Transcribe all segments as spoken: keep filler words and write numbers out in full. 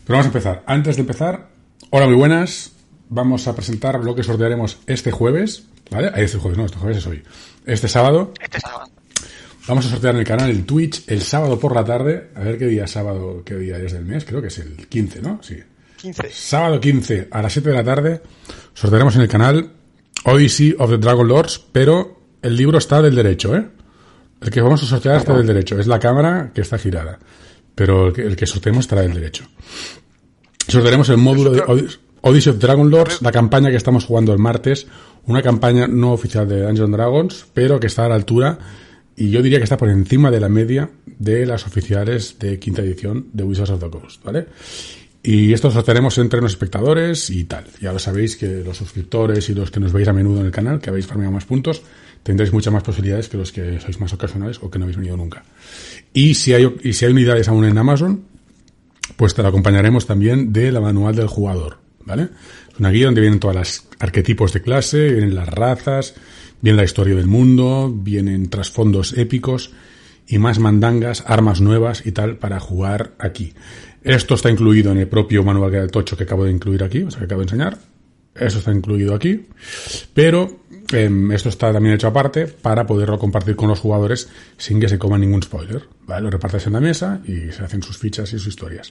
vamos a empezar. Antes de empezar, hola, muy buenas. Vamos a presentar lo que sortearemos este jueves, ¿vale? Ahí este jueves, no, este jueves es hoy. Este sábado. Este sábado. Vamos a sortear en el canal en Twitch el sábado por la tarde. A ver qué día sábado, qué día es del mes. Creo que es el quince, ¿no? Sí. quince. Sábado quince a las siete de la tarde sortearemos en el canal Odyssey of the Dragon Lords, pero el libro está del derecho, ¿eh? El que vamos a sortear está del derecho. Es la cámara que está girada, pero el que, el que sorteemos estará del derecho. Sortearemos el módulo de Odyssey of Dragon Lords, la campaña que estamos jugando el martes, una campaña no oficial de Dungeons and Dragons, pero que está a la altura, y yo diría que está por encima de la media de las oficiales de quinta edición de Wizards of the Coast, ¿vale? Y esto lo sortearemos entre los espectadores y tal. Ya lo sabéis que los suscriptores y los que nos veis a menudo en el canal, que habéis farmeado más puntos, tendréis muchas más posibilidades que los que sois más ocasionales o que no habéis venido nunca. Y si hay, y si hay unidades aún en Amazon, pues te la acompañaremos también de la manual del jugador, ¿vale? Es una guía donde vienen todas las arquetipos de clase, vienen las razas, viene la historia del mundo, vienen trasfondos épicos y más mandangas, armas nuevas y tal para jugar aquí. Esto está incluido en el propio manual del tocho que acabo de incluir aquí, o sea, que acabo de enseñar. Eso está incluido aquí, pero eh, esto está también hecho aparte para poderlo compartir con los jugadores sin que se coma ningún spoiler, ¿vale? Lo repartes en la mesa y se hacen sus fichas y sus historias.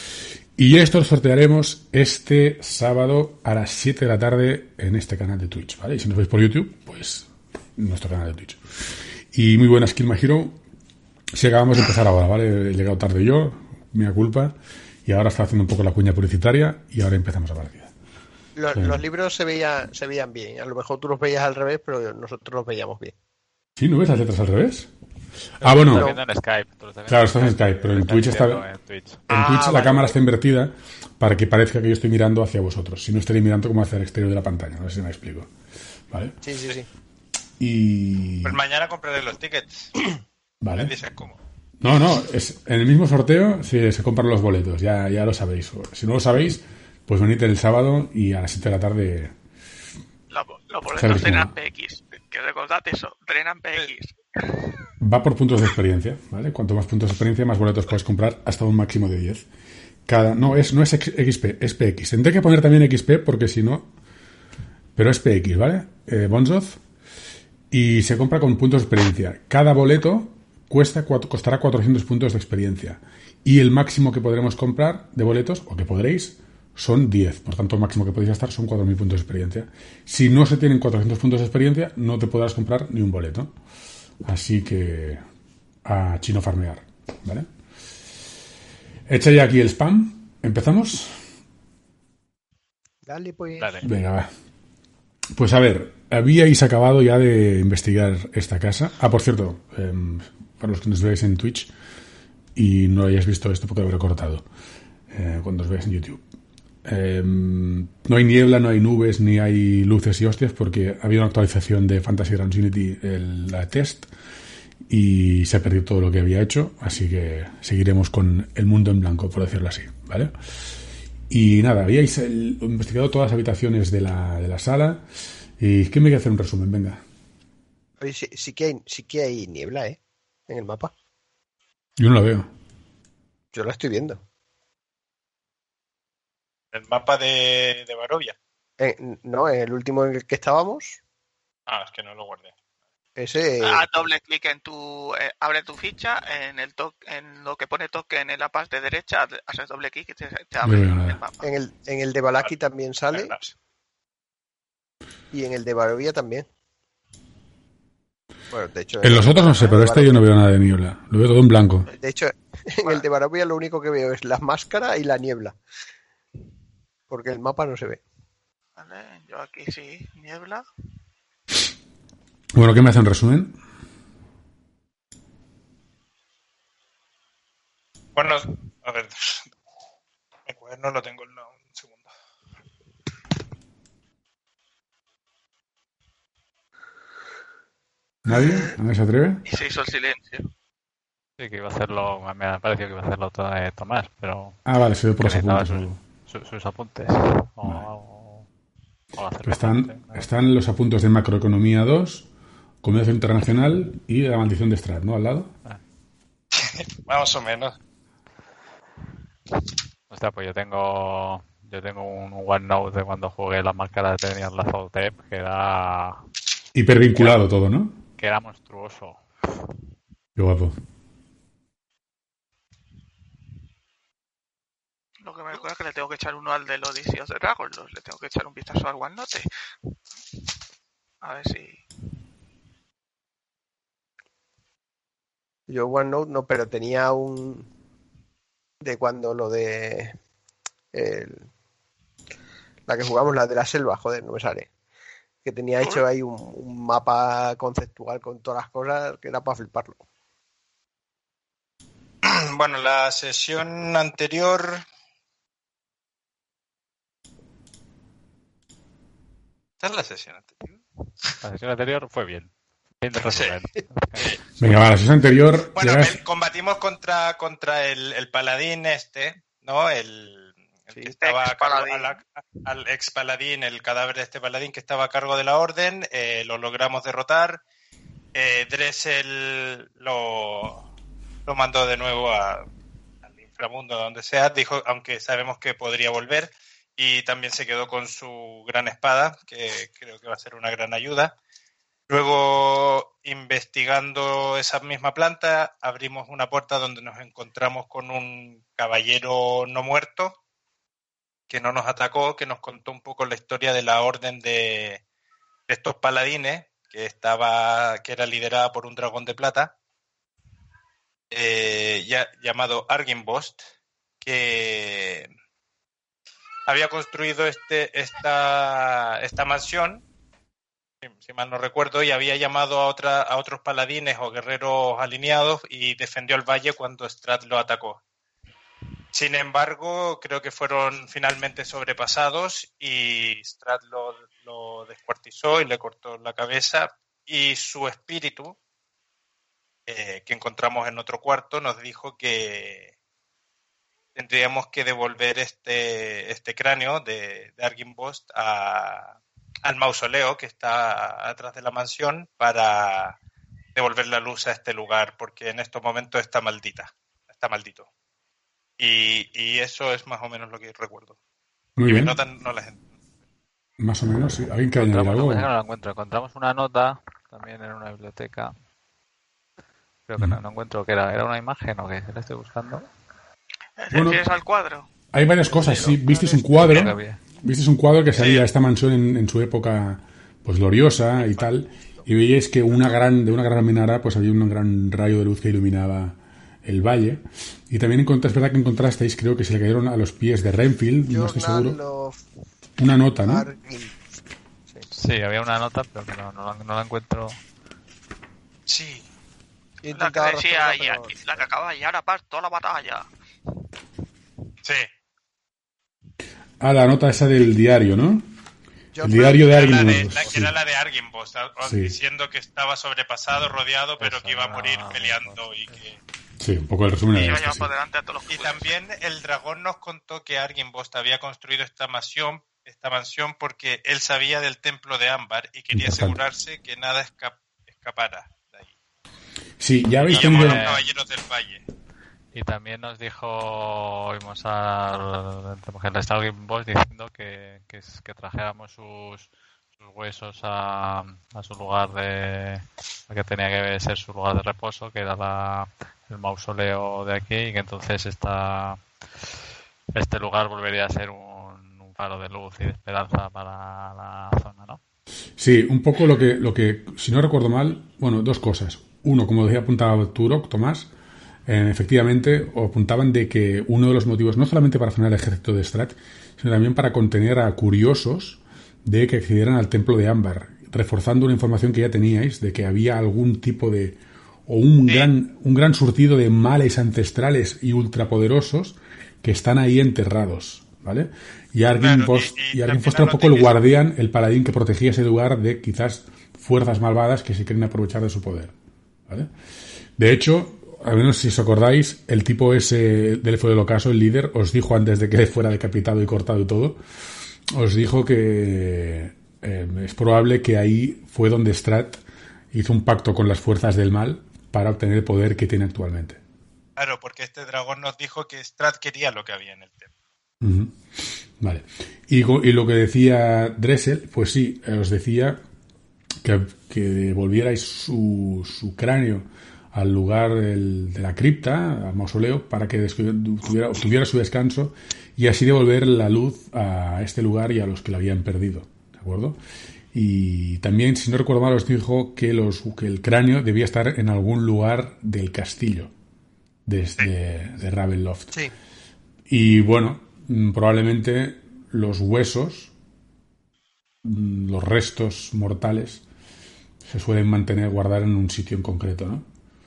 Y esto lo sortearemos este sábado a las siete de la tarde en este canal de Twitch, ¿vale? Y si nos veis por YouTube, pues en nuestro canal de Twitch. Y muy buenas, Kill My Hero. Si acabamos de empezar ahora, ¿vale? He llegado tarde yo, mea culpa, y ahora está haciendo un poco la cuña publicitaria y ahora empezamos la partida. Los, Sí. los libros se veían, se veían bien. A lo mejor tú los veías al revés, pero nosotros los veíamos bien. ¿Sí? ¿No ves las letras al revés? Ah, bueno. Lo estás viendo en Skype. Tú lo estás viendo Claro, estás en Skype, pero en Twitch está... viendo en Twitch. En Ah, Twitch la vale, cámara vale. está invertida para que parezca que yo estoy mirando hacia vosotros. Si no, estaréis mirando como hacia el exterior de la pantalla. No sé si me explico. ¿Vale? Sí, sí, sí. Y... Pues mañana compraré los tickets. Me Vale. dices cómo. No, no, es, en el mismo sorteo se, se compran los boletos, ya, ya lo sabéis. Si no lo sabéis, pues venid el sábado y a las siete de la tarde... Los, los Sabes boletos drenan cómo. P X. Que recordad eso, drenan P X. Va por puntos de experiencia, ¿vale? Cuanto más puntos de experiencia, más boletos puedes comprar hasta un máximo de diez. Cada, no, es, no es X P, es P X. Tendré que poner también X P porque si no... Pero es P X, ¿vale? Eh, Bonzoth. Y se compra con puntos de experiencia. Cada boleto cuesta cuatro, costará cuatrocientos puntos de experiencia. Y el máximo que podremos comprar de boletos, o que podréis, son diez. Por tanto, el máximo que podéis gastar son cuatro mil puntos de experiencia. Si no se tienen cuatrocientos puntos de experiencia, no te podrás comprar ni un boleto. Así que a chino farmear, ¿vale? Echa ya aquí el spam. ¿Empezamos? Dale, pues. Dale. Venga, va. Pues a ver, habíais acabado ya de investigar esta casa. Ah, por cierto, eh, para los que nos veáis en Twitch y no hayáis visto esto porque lo habré cortado eh, cuando os veáis en YouTube. Eh, no hay niebla, no hay nubes, ni hay luces y hostias porque había una actualización de Fantasy Grounds Unity, el, la test, y se ha perdido todo lo que había hecho, así que seguiremos con el mundo en blanco, por decirlo así, ¿vale? Y nada, habíais el, investigado todas las habitaciones de la, de la sala. ¿Y quién me quiere hacer un resumen? Venga. Oye, sí, sí, que hay, sí que hay niebla, ¿eh? En el mapa. Yo no la veo. Yo la estoy viendo. El mapa de, de Barovia. Eh, no, el último en el que estábamos, Ah, es que no lo guardé. ese... Haz doble clic en tu... eh, abre tu ficha, en el to- en lo que pone token en la parte derecha, haces doble clic y te, te abre No veo nada. el mapa. En el, en el de Balaki también sale Verdad. y en el de Barovia también. Bueno, de hecho... En los otros no sé, pero este yo no veo nada de niebla. Lo veo todo en blanco. De hecho, en el de Barovia lo único que veo es las máscaras y la niebla. Porque el mapa no se ve. Vale, yo aquí sí, niebla. Bueno, ¿qué me hacen resumen? Bueno, a ver. Mi cuaderno lo tengo en la- un segundo. ¿Nadie? ¿Nadie se atreve? Y se hizo el silencio. Sí, que iba a hacerlo, me ha parecido que iba a hacerlo todo, eh, Tomás, pero Ah, vale, se ve por que los necesitaba apuntes. sus, sus, sus apuntes. O, o, o hacerlo Pues están, aparte. están los apuntes de macroeconomía dos, comercio internacional y la maldición de Strahd, ¿no? Al lado. Más o menos. Hostia, pues yo tengo yo tengo un OneNote de cuando jugué las máscaras de tenía la Zootep que era Hipervinculado todo, ¿no? que era monstruoso. Qué guapo. Lo que me recuerda es que le tengo que echar uno al del Odyssey of the Dragon Lord. Le tengo que echar un vistazo al OneNote. A ver si... Yo OneNote no, pero tenía un... De cuando lo de... El... La que jugamos, la de la selva, joder, no me sale. Que tenía hecho ahí un, un mapa conceptual con todas las cosas que era para fliparlo. Bueno, la sesión anterior... ¿Esta es la sesión anterior? La sesión anterior fue bien. Bien de resumen. Venga, va, la sesión anterior... Bueno, llegas- el- combatimos contra, contra el, el paladín este, ¿no? El, el Sí. que estaba a cargo, Ex-paladín. a la- al ex paladín, el cadáver de este paladín que estaba a cargo de la orden, eh, lo logramos derrotar. Eh, Dressel lo, lo mandó de nuevo a- al inframundo, donde sea, dijo, aunque sabemos que podría volver, y también se quedó con su gran espada, que creo que va a ser una gran ayuda. Luego, investigando esa misma planta, abrimos una puerta donde nos encontramos con un caballero no muerto que no nos atacó, que nos contó un poco la historia de la orden de, de estos paladines, que estaba, que era liderada por un dragón de plata, eh, ya, llamado Argynvost, que había construido este, esta, esta mansión, si, si mal no recuerdo, y había llamado a, otra, a otros paladines o guerreros alineados y defendió el valle cuando Strahd lo atacó. Sin embargo, creo que fueron finalmente sobrepasados y Strahd lo, lo descuartizó y le cortó la cabeza, y su espíritu, eh, que encontramos en otro cuarto, nos dijo que tendríamos que devolver este, este cráneo de, de Argynvost a, al mausoleo que está atrás de la mansión para devolver la luz a este lugar, porque en estos momentos está maldita, está maldito. Y, y eso es más o menos lo que recuerdo. Muy Y bien. mis notas no las entiendo. Más o menos, sí. ¿Alguien quiere añadir Encontramos, algo? lo que pasa es que no la encuentro. Encontramos una nota también en una biblioteca. Creo que no, no encuentro que era. ¿Era una imagen o qué? La estoy buscando. ¿Te Bueno. refieres al cuadro? Hay varias cosas, sí. Visteis un Creo que cuadro, había. visteis un cuadro que salía Sí. a esta mansión en, en su época pues gloriosa y tal, y veíais que una gran, de una gran minara pues había un gran rayo de luz que iluminaba el valle. Y también encontrasteis, es verdad que encontrasteis, creo que se le cayeron a los pies de Renfield, no estoy Journal seguro, of una nota, ¿no? Argyn. Sí, había una nota, pero que no, no, la- no la encuentro. Sí, Yo he La que intentado decía, recordarlo, ya- pero- la que acaba de llegar a toda la batalla. sí. Ah, la nota esa del diario, ¿no? Yo El diario de Era la de, Argynvost, la, que sí. era la de Argynvost, a- a- Sí. diciendo que estaba sobrepasado, rodeado, pero Eso, que iba a no, morir no, peleando no, y que... Sí, un poco el resumen Y era iba a este, llevar sí. por delante a todos los Y juguetes. también el dragón nos contó que Argynvost había construido esta mansión, esta mansión porque él sabía del templo de Ámbar y quería Importante. asegurarse que nada esca- escapara de ahí. Sí, ya Y habéis llamó a tenido... los caballeros del valle. Y también nos dijo, oímos al mujer de Argynvost diciendo que, que, es- que trajéramos sus, sus huesos a, a su lugar de, que tenía que ser su lugar de reposo, que era la, el mausoleo de aquí, y que entonces esta, este lugar volvería a ser un, un faro de luz y de esperanza para la zona, ¿no? Sí, un poco lo que, lo que, si no recuerdo mal, bueno, dos cosas. Uno, como decía apuntaba Turok, Tomás, eh, efectivamente apuntaban de que uno de los motivos, no solamente para frenar el ejército de Strahd, sino también para contener a curiosos de que accedieran al templo de Ámbar, reforzando una información que ya teníais de que había algún tipo de, o un Sí. gran, un gran surtido de males ancestrales y ultrapoderosos que están ahí enterrados, ¿vale? Y Argynvost, Claro, y- y y Argynvost también era un poco el anoté que- guardián, el paladín que protegía ese lugar de quizás fuerzas malvadas que se quieren aprovechar de su poder, ¿vale? De hecho, al menos si os acordáis, el tipo ese del Elfo del Ocaso, el líder, os dijo antes de que fuera decapitado y cortado y todo, os dijo que eh, es probable que ahí fue donde Strahd hizo un pacto con las fuerzas del mal para obtener el poder que tiene actualmente. Claro, porque este dragón nos dijo que Strahd quería lo que había en el templo. Uh-huh. Vale. Y, y lo que decía Dressel, pues sí, os decía que, que devolvierais su, su cráneo al lugar del, de la cripta, al mausoleo, para que tuviera, tuviera su descanso y así devolver la luz a este lugar y a los que la habían perdido, ¿de acuerdo? Y también, si no recuerdo mal, os dijo que, los, que el cráneo debía estar en algún lugar del castillo desde de Ravenloft. Sí. Y bueno, probablemente los huesos, los restos mortales, se suelen mantener, guardar en un sitio en concreto, ¿no?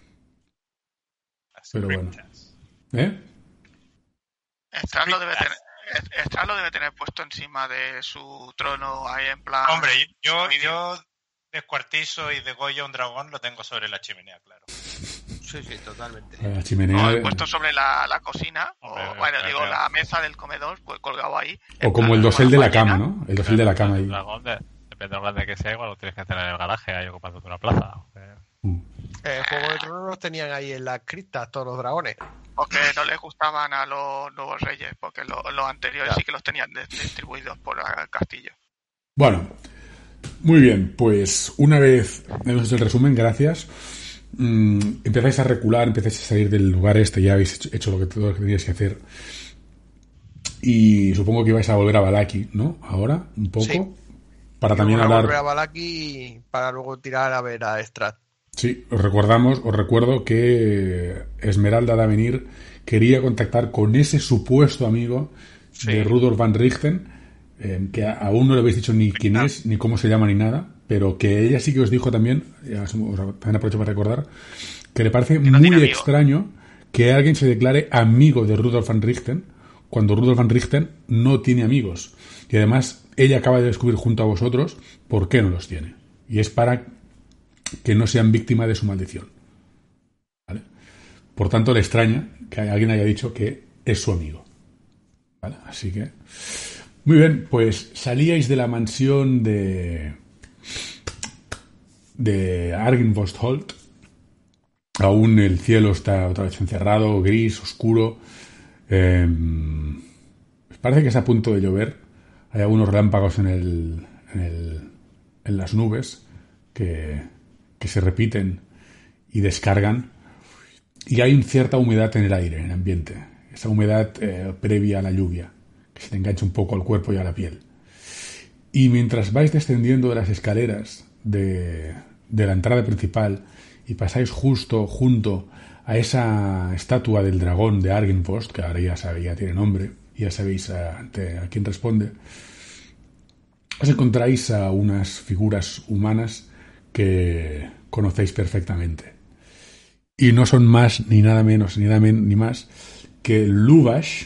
Pero bueno. ¿Eh? Strahd lo debe tener, Strahd lo debe tener puesto encima de su trono ahí en plan... Hombre, yo, yo descuartizo y degollo a un dragón, lo tengo sobre la chimenea, claro. Sí, sí, totalmente. La chimenea... O puesto sobre la, la cocina, Hombre, o bueno, claro, digo, claro. la mesa del comedor, pues colgado ahí. O como el dosel de la cama, mañana. ¿no? El dosel de la cama ahí. El dragón, de- depende de lo grande que sea, igual lo tienes que hacer en el garaje, ahí ocupándote una plaza. Eh, Mm. El Juego de Tronos los tenían ahí en las criptas, todos los dragones. Porque no les gustaban a los nuevos reyes, porque lo- los anteriores Ya. sí que los tenían de- distribuidos por el castillo. Bueno, muy bien, pues una vez hemos hecho el resumen, gracias. Mm, empezáis a recular, empezáis a salir del lugar este, ya habéis hecho, hecho lo que todo lo que teníais que hacer. Y supongo que vais a volver a Valaki, ¿no? Ahora, un poco. Sí. Para también Vamos a hablar. volver a Valaki para luego tirar a ver a Strahd. Sí, os recordamos, os recuerdo que Esmeralda de Avenir quería contactar con ese supuesto amigo Sí. de Rudolf van Richten, eh, que a- aún no le habéis dicho ni quién es, ni cómo se llama, ni nada, pero que ella sí que os dijo también, ya os, os- también aprovecho para recordar, que le parece no muy tiene amigo. extraño que alguien se declare amigo de Rudolf van Richten cuando Rudolf van Richten no tiene amigos. Y además, ella acaba de descubrir junto a vosotros por qué no los tiene. Y es para que no sean víctimas de su maldición. ¿Vale? Por tanto, le extraña que alguien haya dicho que es su amigo. ¿Vale? Así que... Muy bien, pues salíais de la mansión de... de Argynvost-Holt. Aún el cielo está otra vez encerrado, gris, oscuro. Eh, parece que está a punto de llover. Hay algunos relámpagos en el, en el, en las nubes que, que se repiten y descargan. Y hay una cierta humedad en el aire, en el ambiente. Esa humedad eh, previa a la lluvia, que se te engancha un poco al cuerpo y a la piel. Y mientras vais descendiendo de las escaleras de, de la entrada principal y pasáis justo junto a esa estatua del dragón de Argynvost, que ahora ya, sabe, ya tiene nombre, ya sabéis a, ante a quién responde, os encontráis a unas figuras humanas que conocéis perfectamente. Y no son más, ni nada menos, ni nada men- ni más que Luvash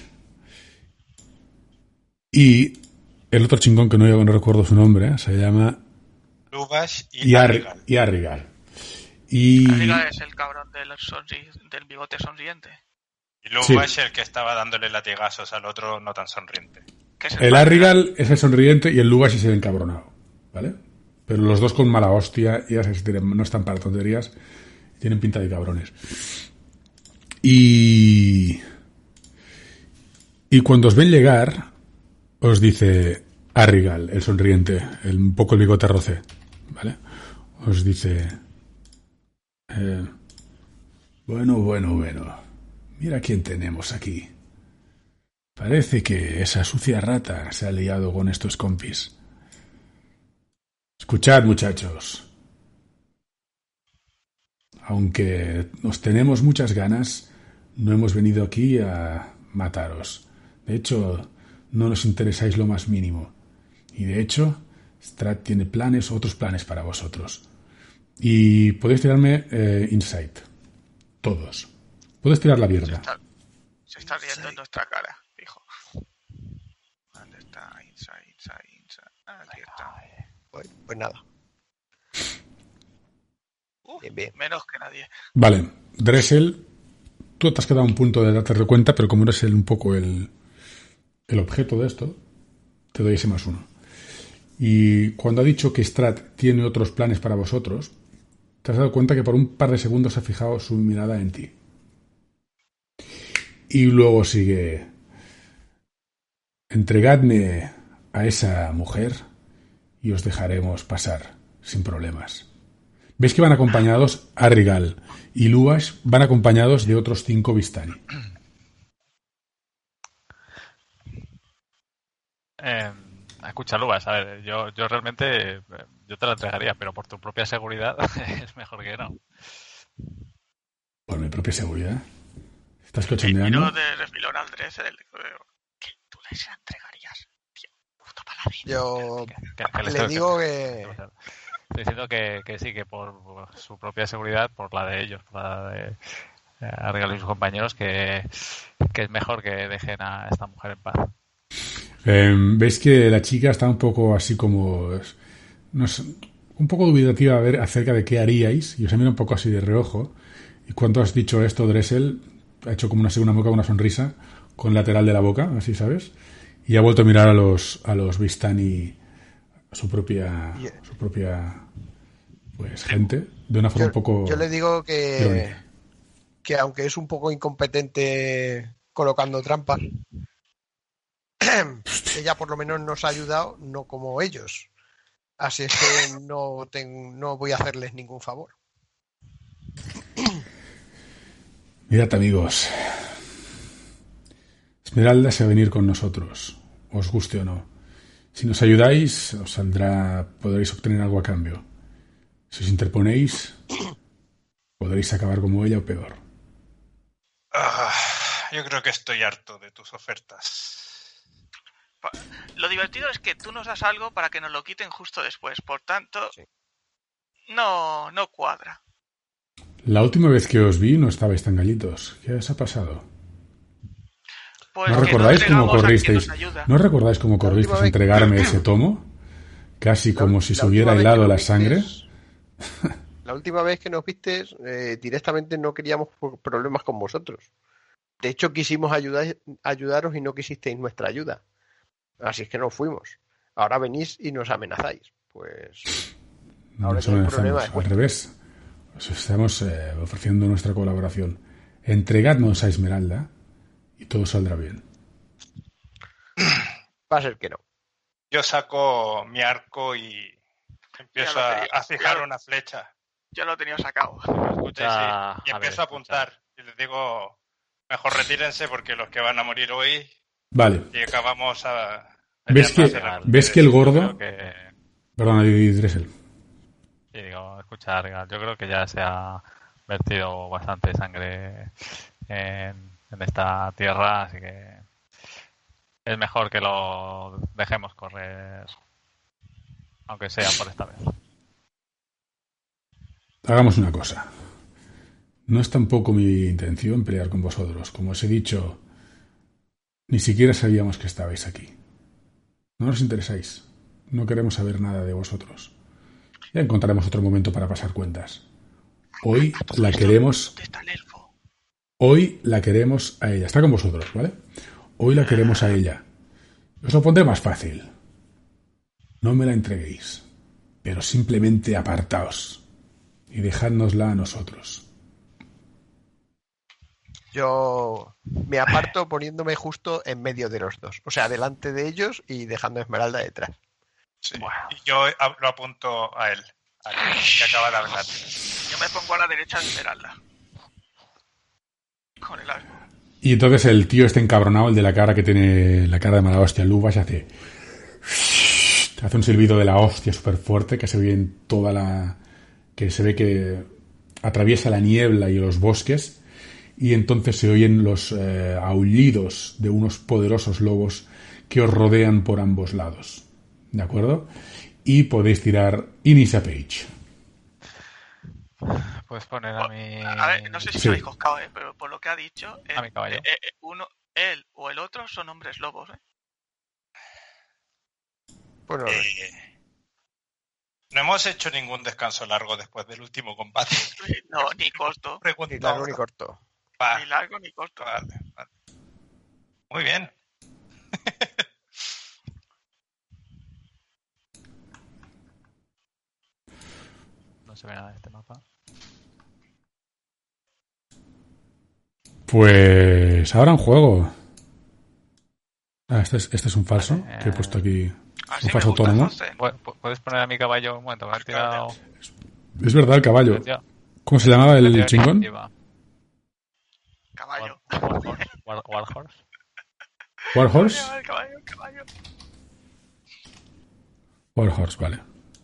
y el otro chingón que no, no recuerdo su nombre, ¿eh? Se llama Luvash y, y, Ar- Arrigal. y Arrigal. Y Arriga es el cabrón del, sonri- del bigote sonriente. Y Luvash el que estaba dándole latigazos al otro no tan sonriente. Que es el padre. Arrigal es el sonriente y el Luvash es el encabronado, ¿vale? Pero los dos con mala hostia, ya sabes, no están para tonterías, tienen pinta de cabrones. Y y cuando os ven llegar, os dice Arrigal, el sonriente, el, un poco el bigote roce, ¿vale? Os dice, eh, bueno, bueno, bueno, mira quién tenemos aquí. Parece que esa sucia rata se ha liado con estos compis. Escuchad, muchachos. Aunque nos tenemos muchas ganas, no hemos venido aquí a mataros. De hecho, no nos interesáis lo más mínimo. Y de hecho, Strahd tiene planes, otros planes para vosotros. Y podéis tirarme eh, Insight. Todos. Podéis tirar la Se mierda. está, se está riendo en nuestra cara, fijo. ¿Dónde está? Inside, inside, inside. Aquí está. Pues, pues nada. Uh, Bien, bien. menos que nadie. Vale, Dressel, tú te has quedado a un punto de darte cuenta, pero como eres el, un poco el, el objeto de esto, te doy ese más uno. Y cuando ha dicho que Strahd tiene otros planes para vosotros, te has dado cuenta que por un par de segundos ha fijado su mirada en ti. Y luego sigue... Entregadme a esa mujer y os dejaremos pasar sin problemas. ¿Veis que van acompañados Arrigal y Luash van acompañados de otros cinco Vistani? Eh, escucha, Lubas, a ver, yo, yo realmente eh, yo te la entregaría, pero por tu propia seguridad es mejor que no. Por mi propia seguridad. ¿Estás Y cochindeando? miro de refilón al Dressel que tú le se la entregarías. Tío, puto paladín. Yo Que- que les le tengo digo que- que... Estoy diciendo que, que sí, que por su propia seguridad, por la de ellos, por la de eh, Arrigal y sus compañeros, que, que es mejor que dejen a esta mujer en paz. Eh, Veis que la chica está un poco así como... No sé, un poco dubitativa a ver acerca de qué haríais, y os mira un poco así de reojo. Y cuando has dicho esto, Dressel ha hecho como una, una boca, una sonrisa con el lateral de la boca, así, ¿sabes? Y ha vuelto a mirar a los a los Vistani, a su propia, su propia pues gente, de una forma Yo, un poco... yo le digo que, irónica. que aunque es un poco incompetente colocando trampas, ella por lo menos nos ha ayudado, no como ellos. Así es que no, ten- no voy a hacerles ningún favor. Mirad, amigos. Esmeralda se va a venir con nosotros, os guste o no. Si nos ayudáis, os saldrá, podréis obtener algo a cambio. Si os interponéis, podréis acabar como ella o peor. Ah, yo creo que estoy harto de tus ofertas. Pa- Lo divertido es que tú nos das algo para que nos lo quiten justo después. Por tanto, Sí. no, no cuadra. La última vez que os vi no estabais tan gallitos. ¿Qué os ha pasado? Pues ¿No que recordáis cómo entregamos al que corristeis? nos ayuda. ¿No recordáis cómo La última corristeis a vez- entregarme ese tomo? Casi La- como si la se hubiera última vez que helado nos la sangre. vistes- La última vez que nos vistes, eh, directamente no queríamos por- problemas con vosotros. De hecho, quisimos ayudar, ayudaros y no quisisteis nuestra ayuda. Así es que nos fuimos. Ahora venís y nos amenazáis. Pues No ahora nos ya el amenazamos, problema es al vuestro. revés. Os estamos eh, ofreciendo nuestra colaboración. Entregadnos a Esmeralda y todo saldrá bien. Va a ser que no. Yo saco mi arco y empiezo Ya lo a, tenía, a fijar ya lo- una flecha. Ya lo he tenido sacado. Sí, sí. Escucha, Y a ver, empiezo a escucha. apuntar. Y les digo, mejor retírense porque los que van a morir hoy Vale. y acabamos a... ¿Ves que, peleando hacia la- ¿ves que el gordo... Creo que, Perdona, Dressel. sí, digo, escucha, Arrigal, yo creo que ya se ha vertido bastante sangre en, en esta tierra, así que es mejor que lo dejemos correr, aunque sea por esta vez. Hagamos una cosa. No es tampoco mi intención pelear con vosotros. Como os he dicho, ni siquiera sabíamos que estabais aquí. No nos interesáis. No queremos saber nada de vosotros. Ya encontraremos otro momento para pasar cuentas. Hoy la queremos... ¿Dónde está el elfo? Hoy la queremos a ella. Está con vosotros, ¿vale? Hoy la queremos a ella. Os lo pondré más fácil. No me la entreguéis, pero simplemente apartaos y dejádnosla a nosotros. Yo me aparto poniéndome justo en medio de los dos. O sea, delante de ellos y dejando a Esmeralda detrás. Sí. Y yo a- lo apunto a él, al que acaba de hablar. Yo me pongo a la derecha de Esmeralda. Con el arco. Y entonces el tío este encabronado, el de la cara que tiene la cara de mala hostia, Lubas, hace... Hace un silbido de la hostia súper fuerte que se ve en toda la... que se ve que atraviesa la niebla y los bosques, y entonces se oyen los eh, aullidos de unos poderosos lobos que os rodean por ambos lados. ¿De acuerdo? Y podéis tirar Initiative. Puedes poner a mi... A ver, no sé si Sí. se habéis coscado, eh, pero por lo que ha dicho, eh, A mi caballo. eh, eh, uno, él o el otro son hombres lobos, ¿eh? Bueno, Eh, no hemos hecho ningún descanso largo después del último combate. No, ni corto. ni Preguntado. largo ni corto. Va, Ni largo ni corto. vale, vale. Muy bien. No se ve nada de este mapa. Pues ahora en juego. Ah, este es, este es un falso Vale, que he puesto aquí. Así Un falso me gusta, autónomo. José. Pu- ¿Puedes poner a mi caballo un momento? Me he tirado... Es verdad, el caballo. Ya. ¿Cómo se llamaba me he el tirado chingón? iniciativa. Caballo. War- Warhorse. War- Warhorse. Warhorse. Caballo, caballo, caballo. Warhorse, vale.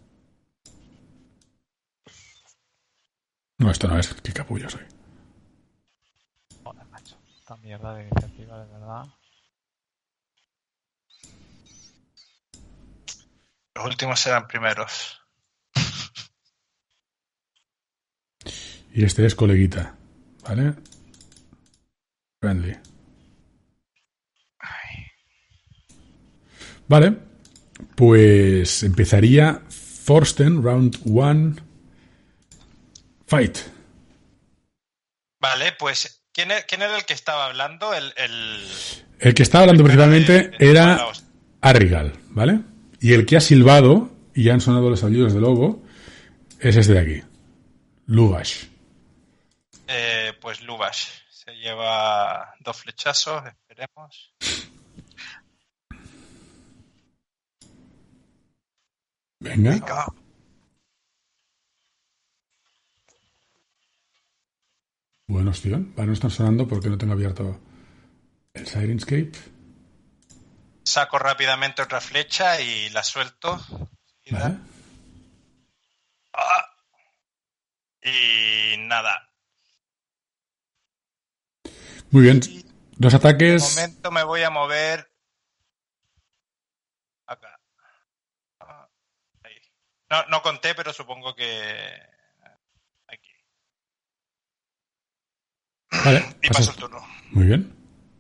No, esto no es. Qué capullo soy. Joder, macho. Esta mierda de iniciativa, de verdad. Los últimos serán primeros. Y este es coleguita. ¿Vale? Friendly. Vale. Pues empezaría Thorsten, round one. Fight. Vale, pues, ¿quién, e- quién era el que estaba hablando? El, el... El que estaba hablando principalmente de- de- era la hostia. Arrigal, ¿vale? Y el que ha silbado, y ya han sonado los aullidos de lobo, es este de aquí. Lugash. Eh, pues Lubash se lleva dos flechazos, esperemos. Venga. Venga. Bueno, hostia. Vale, no están sonando porque no tengo abierto el Sirenscape. Saco rápidamente otra flecha y la suelto. Vale. Ah. Y nada. Muy bien. Dos De ataques. momento me voy a mover acá. Ah, ahí. No, no conté, pero supongo que aquí. Vale. Y pasas- paso el turno. Muy bien.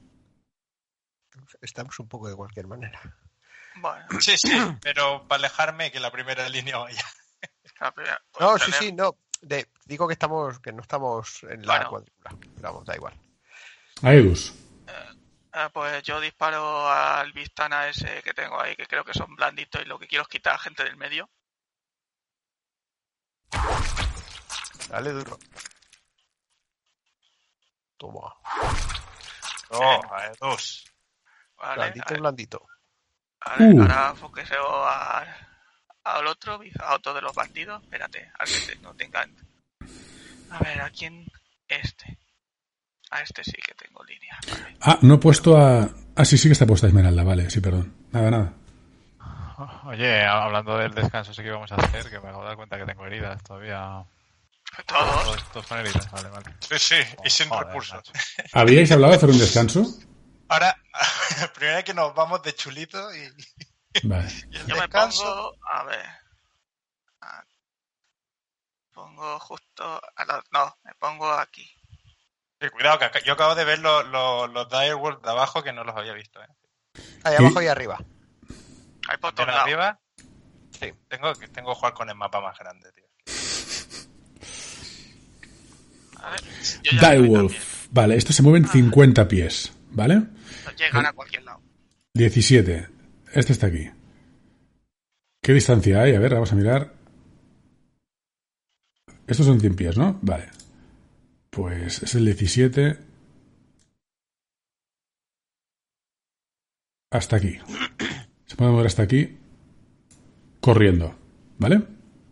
Estamos un poco de cualquier manera. Bueno, Sí, sí, pero para alejarme que la primera línea vaya. la primera- No, pues sí, tener- sí, no. De, digo que estamos, que no estamos en la Bueno. cuadrícula. Pero vamos, da igual. Aedus. Eh, pues yo disparo al Vistana ese que tengo ahí, que creo que son blanditos y lo que quiero es quitar a gente del medio. Dale duro. Toma. No, a dos. Vale, Blandito, a- blandito. vale, Uh. ahora foqueo a- al otro, a otro de los bandidos. Espérate, al que te- no tengan. A ver, ¿a quién? Este. A este sí que tengo línea. Vale. Ah, no he puesto a... Ah, sí, sí que está puesta Esmeralda. Vale, sí, perdón. Nada, nada. Oye, hablando del descanso ese que íbamos a hacer, que me acabo de dar cuenta que tengo heridas todavía. Todos. Todos, todos con heridas, vale, vale. Sí, sí, y sin Joder, recursos. macho. ¿Habíais hablado de hacer un descanso? Ahora, primero que nos vamos de chulito y, Vale. y el Yo me descanso. pongo, a ver, a- pongo justo, a la- no, me pongo aquí. Sí, cuidado, que acá- yo acabo de ver los, los, los direwolves de abajo que no los había visto. ¿eh? Ahí ¿Qué? abajo y arriba. Ahí por Ven todos lados. arriba. Sí. Tengo, que- tengo que jugar con el mapa más grande, tío. A ver, yo ya estoy Direwolf. Vale, estos se mueven cincuenta pies. ¿Vale? también. Llegan a cualquier lado. diecisiete. Este está aquí. ¿Qué distancia hay? A ver, vamos a mirar. Estos son cien pies, ¿no? Vale. Pues es el diecisiete. Hasta aquí. Se puede mover hasta aquí. Corriendo. ¿Vale?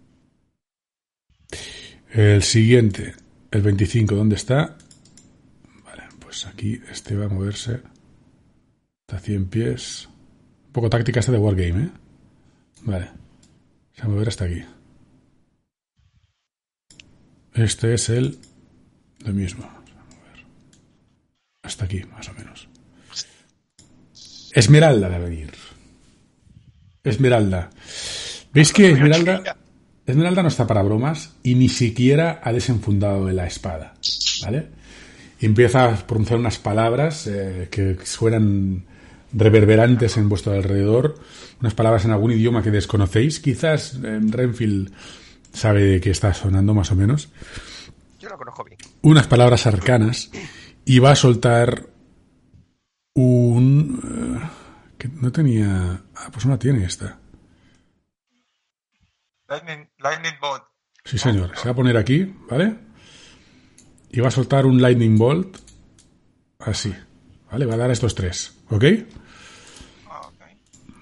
El siguiente. El veinticinco. ¿Dónde está? Vale, pues aquí este va a moverse. Hasta cien pies. Un poco táctica esta de Wargame, ¿eh? Vale. Se va a mover hasta aquí. Este es el... Lo mismo. Se va a mover hasta aquí, más o menos. Esmeralda de venir. Esmeralda. ¿Veis que Esmeralda... Esmeralda no está para bromas y ni siquiera ha desenfundado la espada, ¿vale? Y empieza a pronunciar unas palabras eh, que suenan reverberantes en vuestro alrededor, unas palabras en algún idioma que desconocéis. Quizás en Renfield sabe de qué está sonando más o menos. Yo lo conozco bien. Unas palabras arcanas y va a soltar un... eh, que no tenía... Ah, pues no la tiene esta. Lightning, lightning bolt. Sí, señor. Se va a poner aquí, ¿vale? Y va a soltar un Lightning Bolt. Así. ¿Vale? Va a dar a estos tres. ¿Ok?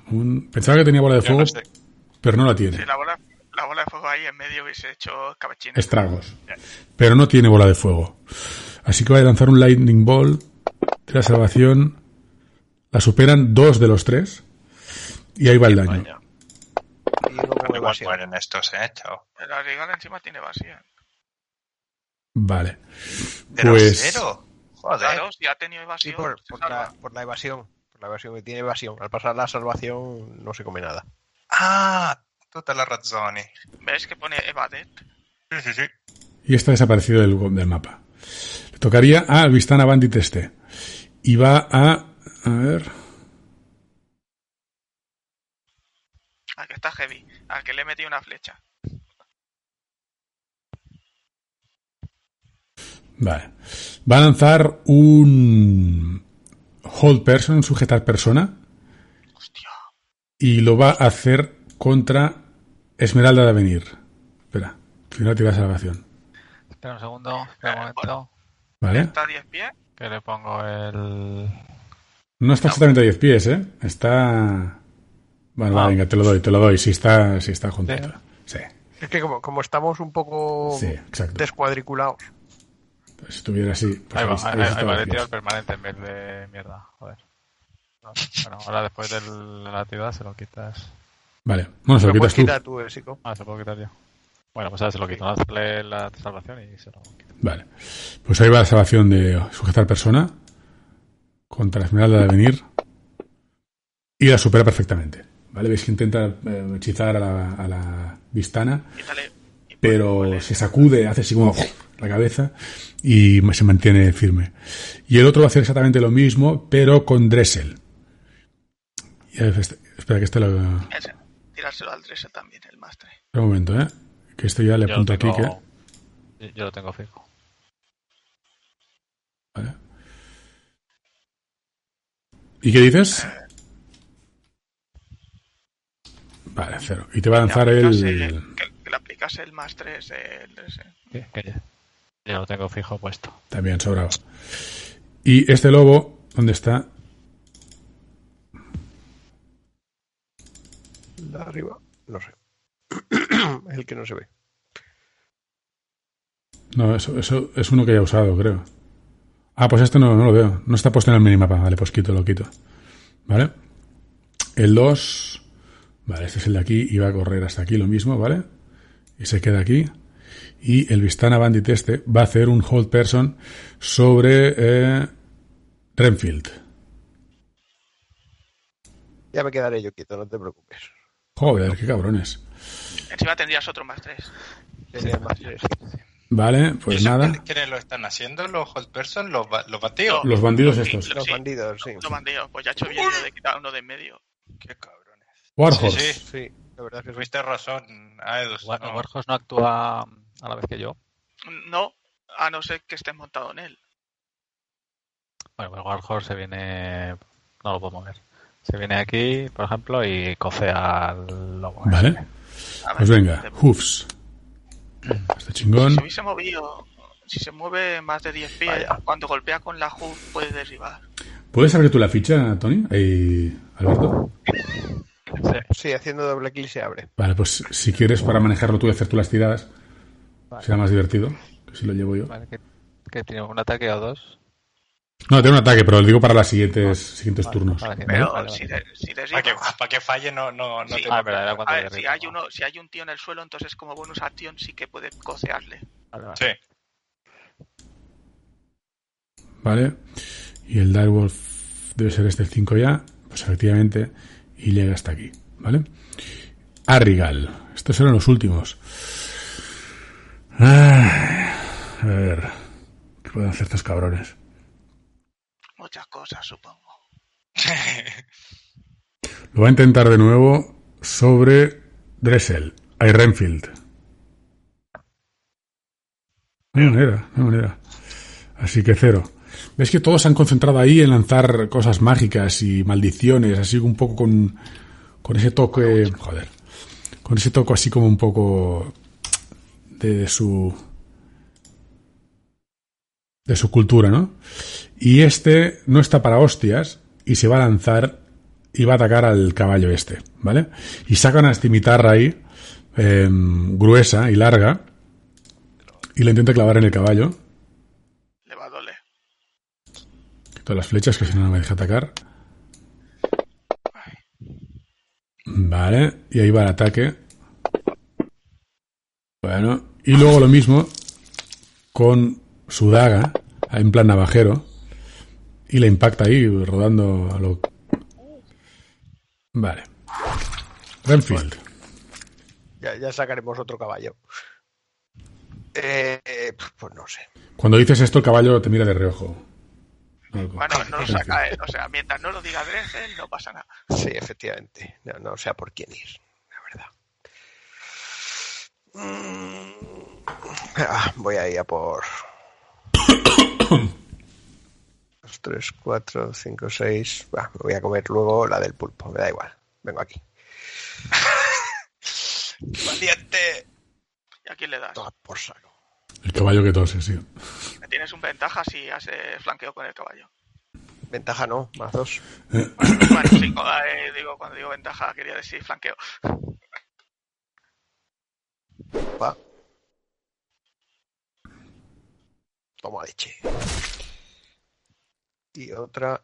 Un... Pensaba que tenía bola de Yo fuego, no sé. pero no la tiene. Si la bola, la bola de fuego ahí en medio hubiese hecho cabachines. Estragos. Pero no tiene bola de fuego. Así que va a lanzar un Lightning Ball. De la salvación. La superan dos de los tres. Y ahí va el daño. Vaya. Y uno con Igual evasión. mueren estos, ¿eh? Chao. El Arrigal encima tiene evasión. Vale. Pero Pues... cero. Joder. Claro, si ha tenido Sí, evasión, por, se por salva. la, por la evasión. Por la evasión que tiene evasión. Al pasar la salvación no se come nada. Ah, tutta la razón. ¿Ves que pone evaded? Sí, sí, sí. Y está desaparecido del, del mapa. Le tocaría a Vistana Bandit este. Y va a... A ver... Al que está heavy. Al que le he metido una flecha. Vale. Va a lanzar un... Hold Person, sujetar persona. Hostia. Y lo va a hacer contra Esmeralda de Avenir. Espera, primero tira salvación. Espera un segundo, espera un momento. ¿Vale? Está a diez pies. Que le pongo el... No está exactamente a diez pies, ¿eh? Está... Bueno, Ah. va, venga, te lo doy, te lo doy. Si está, si está juntito. Sí, Es que como, como estamos un poco sí, exacto. descuadriculados. Pues si estuviera así... Pues Ahí va, ahí- ahí, ahí ahí está va, a le diez tiro el pies. permanente en vez de mierda. Joder. No, bueno, ahora después de la actividad se lo quitas. Vale, bueno, se lo Lo quitas puedes tú. quitar tú, eh, Sico. Ah, se lo puedo quitar yo. Bueno, pues ahora se lo quito. Hazle la salvación y se lo quito. Vale. Pues ahí va la salvación de sujetar persona contra Esmeralda de Avenir. Y la supera perfectamente. ¿Vale? Veis que intenta eh, hechizar a la, a la Vistana, Quítale. y pero ponle- se sacude, hace así como la cabeza y se mantiene firme. Y el otro va a hacer exactamente lo mismo, pero con Dressel. Y, eh, este- espera que este lo... Espera Ese. Tirárselo al Dresser también, el máster. un momento, ¿eh? Que esto ya le Yo lo apunto aquí. tengo- Que... Yo- Yo lo tengo fijo. ¿Vale? ¿Y qué dices? Vale, cero. Y te va a lanzar Que el... aplicase- Que, que le aplicase el más tres del Dresser. Que, que ya- yo lo tengo fijo puesto. También sobrado. Y este lobo, ¿dónde está? El de arriba, no sé. Es el que no se ve. No, eso, eso es uno que ya he usado, creo. Ah, pues este no, no lo veo. No está puesto en el minimapa. Vale, pues quito, lo quito. ¿Vale? El dos... Vale, este es el de aquí y va a correr hasta aquí lo mismo, ¿vale? Y se queda aquí. Y el Vistana Bandit este va a hacer un hold person sobre eh, Renfield. Ya me quedaré yo quieto, no te preocupes. Joder, qué cabrones. Encima tendrías otro más tres. Tenía más tres. Vale, ¿Y pues eso nada. quién- ¿Quiénes lo están haciendo? ¿Los hold person? ¿Los, ba- los batidos? Los bandidos Sí, estos. Los sí, bandidos, sí. Los bandidos. Pues ya he hecho bien lo de quitar uno de en medio. Qué cabrones. Warhorse. Sí, sí. Sí, la verdad es que sí. Tuviste razón, Aedus. Bueno, no. Warhorse no actúa a la vez que yo. No, a no ser que estés montado en él. Bueno, pues Warhorse se viene... No lo puedo mover. Se viene aquí, por ejemplo, y cocea al lobo. Vale. A ver, Pues venga, te- hoofs. Está Si chingón. se hubiese movido, si se mueve más de diez pies, Vaya. cuando golpea con la hoof puede derribar. ¿Puedes abrir tú la ficha, Tony? Ahí, Alberto. Sí. Sí, haciendo doble clic se abre. Vale, pues si quieres para manejarlo tú y hacer tú las tiradas, Vale. será más divertido que si lo llevo yo. Vale, que, que tiene un ataque o dos. No, tengo un ataque, pero lo digo para los siguientes, siguientes Vale, turnos. vale, que- ¿vale? Pero vale, si, vale. de- si Para que, derriba... para que falle no, no, no Sí. te Ah, verdad, era cuando A ver, si derriba. hay, uno, si hay un tío en el suelo, entonces como bonus acción sí que puede cocearle. Vale, vale. Sí. Vale. Y el Direwolf debe ser este el cinco ya. Pues efectivamente. Y llega hasta aquí. ¿Vale? Arrigal. Estos eran los últimos. Ay, a ver. ¿Qué pueden hacer estos cabrones? Muchas cosas, supongo. Lo va a intentar de nuevo sobre Dressel. Ay, Renfield. No hay manera, no hay manera. Así que cero. ¿Ves que todos se han concentrado ahí en lanzar cosas mágicas y maldiciones, así un poco con, con ese toque... Joder. Con ese toque así como un poco de, de su... de su cultura, ¿no? Y este no está para hostias y se va a lanzar y va a atacar al caballo este, ¿vale? Y saca una cimitarra ahí, eh, gruesa y larga, y la intenta clavar en el caballo. Le va a doler. Quito las flechas, que si no, no me deja atacar. Vale, y ahí va el ataque. Bueno, y luego lo mismo con su daga, en plan navajero, y le impacta ahí, rodando a lo... Vale. Renfield. Ya, ya sacaremos otro caballo. Eh, eh, pues no sé. Cuando dices esto, el caballo te mira de reojo. Algo. Bueno, no lo saca él. O sea, mientras no lo diga Drexel, no pasa nada. Sí, efectivamente. No, no sé a por quién ir, la verdad. Mm, ah, voy a ir a por... dos, tres, cuatro, cinco, seis... Bah, me voy a comer luego la del pulpo. Me da igual. Vengo aquí. ¡Valiente! ¿Y a quién le das? Toda por saco. El caballo que tose, sí. Tienes un ventaja si haces flanqueo con el caballo. Ventaja no, más dos. Bueno, bueno sí, eh, digo, cuando digo ventaja quería decir flanqueo. Va. Toma leche. Y otra...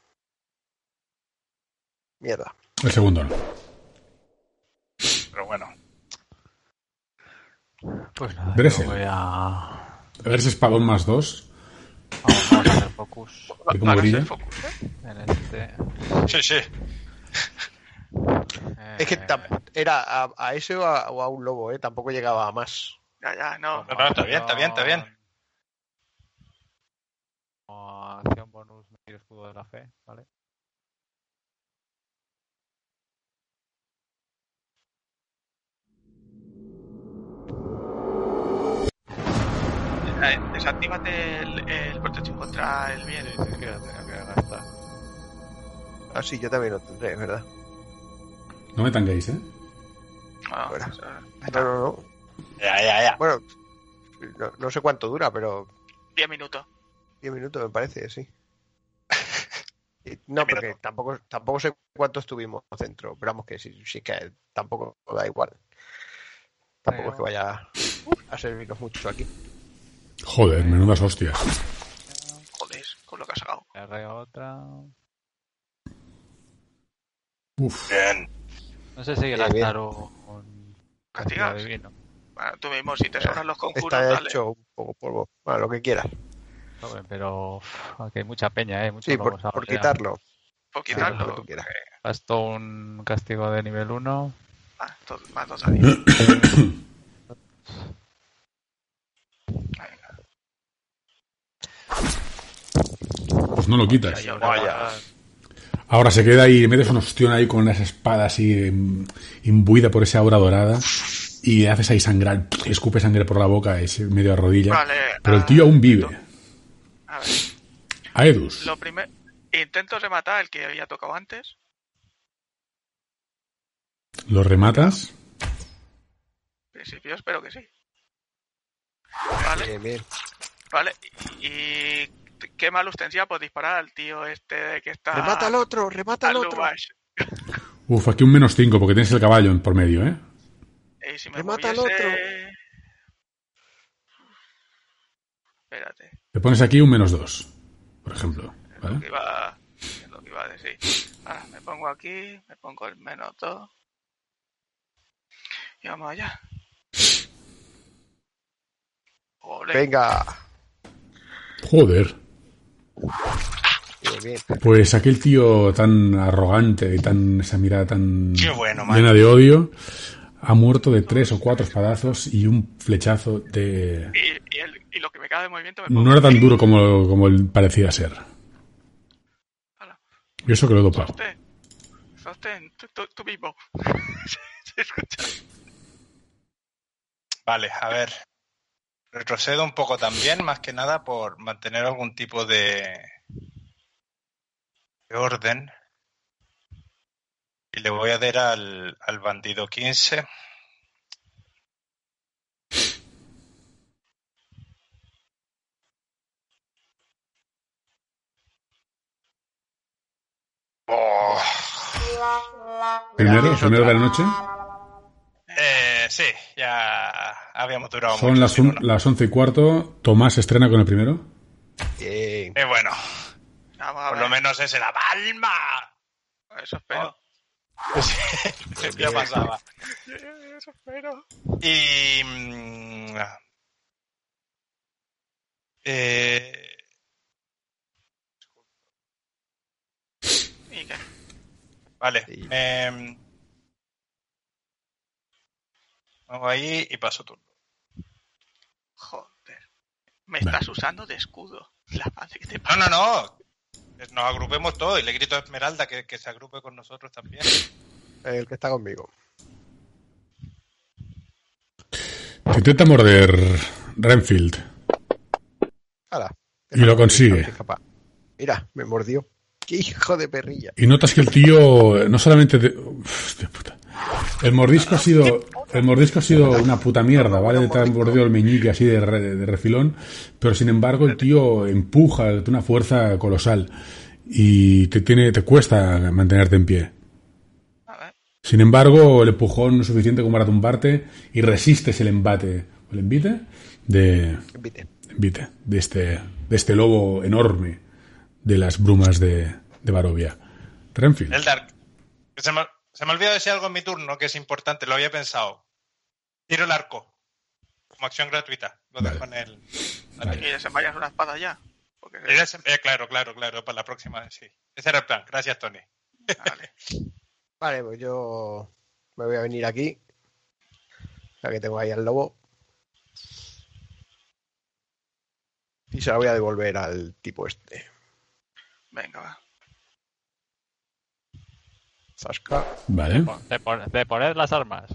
Mierda. El segundo no. Pero bueno. Pues nada, yo Dressel. voy a... A ver ese espadón más dos. Vamos, vamos a hacer focus ¿Y cómo ¿Van a brilla? hacer focus, eh? en este. Sí, sí. Eh, Es que tam- era a, a ese o a, o a un lobo, ¿eh? Tampoco llegaba a más. Ya, ya, no. No, no, está bien, está bien, está bien. Como acción bonus, me tiro escudo de la fe, ¿vale? Eh, desactívate el, el protección contra el bien. Sí, sí, es que ya tenía que gastar. Ah, sí, yo también lo tendré, es verdad. No me tanguéis, ¿eh? Bueno, Fuera. o sea, No, no, no. Ya, ya, ya. Bueno, no, no sé cuánto dura, pero diez minutos. diez minutos me parece, sí. Y no, porque tampoco, tampoco sé cuánto estuvimos dentro, pero vamos que sí, sí que tampoco da igual. Tampoco es que vaya a servirnos mucho aquí. Joder, menudas hostias. Joder, con lo que has sacado. Me agrego otra. Uf. Bien. No sé si Bien, gastar un castigo ¿Castigas? divino. Bueno, tú mismo, si te sobran los conjuros, Está dale. hecho un poco polvo. Bueno, lo que quieras. Joder, pero uf, aquí hay mucha peña, ¿eh? Muchos Sí, por, lobos ahora por ya. quitarlo. Por Sí, quitarlo. lo que tú quieras. Gasto un castigo de nivel uno. Ah, todo- más dos a diez. Venga. Pues no lo quitas. Ya, ya, Vaya. Ahora se queda ahí, metes una ostión ahí con las espadas así em, imbuida por esa aura dorada y le haces ahí sangrar, le escupe sangre por la boca, es medio a rodilla. Vale, Pero el ah, tío aún vive. A ver, Aedus, lo primero... Intento rematar el que había tocado antes. ¿lo rematas? En principio espero que sí. Vale, Bien, bien. vale. ¿Y qué malus tendría por disparar al tío este que está... Remata al otro, remata al al otro. Lubash? Uf, aquí un menos cinco porque tienes el caballo en- por medio, ¿eh? Y si me Remata al moviese... otro. Espérate, Te pones aquí un menos dos, por ejemplo. es lo ¿Vale? que iba, es lo que iba a decir. Ahora, me pongo aquí, me pongo el menos dos. Y vamos allá. Ole. Venga. Joder. Bien, bien. Pues aquel tío tan arrogante y tan esa mirada tan Qué bueno, man. llena de odio ha muerto de tres o cuatro espadazos y un flechazo de... Y, y, el- y lo que me queda de movimiento me pongo... No era tan duro como, como él parecía ser. Hala. Y eso que lo he dopado. Sostén. Sostén, tú, tú, tú mismo. ¿Se escucha? Vale, a ver. Retrocedo un poco también, más que nada por mantener algún tipo de, de orden. Y le voy a dar al, al bandido quince. Oh, Primero, primero de la noche. Eh, sí, ya habíamos durado Son mucho. las, sin un- uno. las once y cuarto. Tomás estrena con el primero. Bien. Eh, bueno, Vamos a por ver. lo menos ese la palma. Eso espero. Ya pasaba. Eso espero. Y... mm, eh, ¿Y qué? vale. Sí. Me... Pongo ahí y paso turno. Joder. Me Vale. estás usando de escudo. La madre que te No, pasa. no, no. Nos agrupemos todos y le grito a Esmeralda que, que se agrupe con nosotros también. El que está conmigo. Te intenta morder Renfield. Hala. Y lo consigue. Escapa. Mira, me mordió. ¡Qué hijo de perrilla! Y notas que el tío no solamente te... Uf, hostia puta. El mordisco ha sido el mordisco ha sido una puta mierda, ¿vale? Te ha mordido el meñique así de, re- de refilón, pero sin embargo el tío empuja de una fuerza colosal y te tiene te cuesta mantenerte en pie. A ver. Sin embargo, el empujón es suficiente como para tumbarte y resistes el embate, el envite de Invite. envite de este de este lobo enorme de las brumas de, de Barovia. Renfield. Eldar, que se me, se me olvidó decir algo en mi turno que es importante, lo había pensado. Tiro el arco. Como acción gratuita. Lo Vale. dejo en el... Vale. Y desenvayas una espada ya. Porque... Eh, eh, claro, claro, claro, para la próxima, sí. Ese era el plan. Gracias, Tony. Vale. Vale, pues yo me voy a venir aquí. Ya que tengo ahí al lobo. Y se la voy a devolver al tipo este. Venga, va. Zasca. Vale. De, pon- de poner las armas.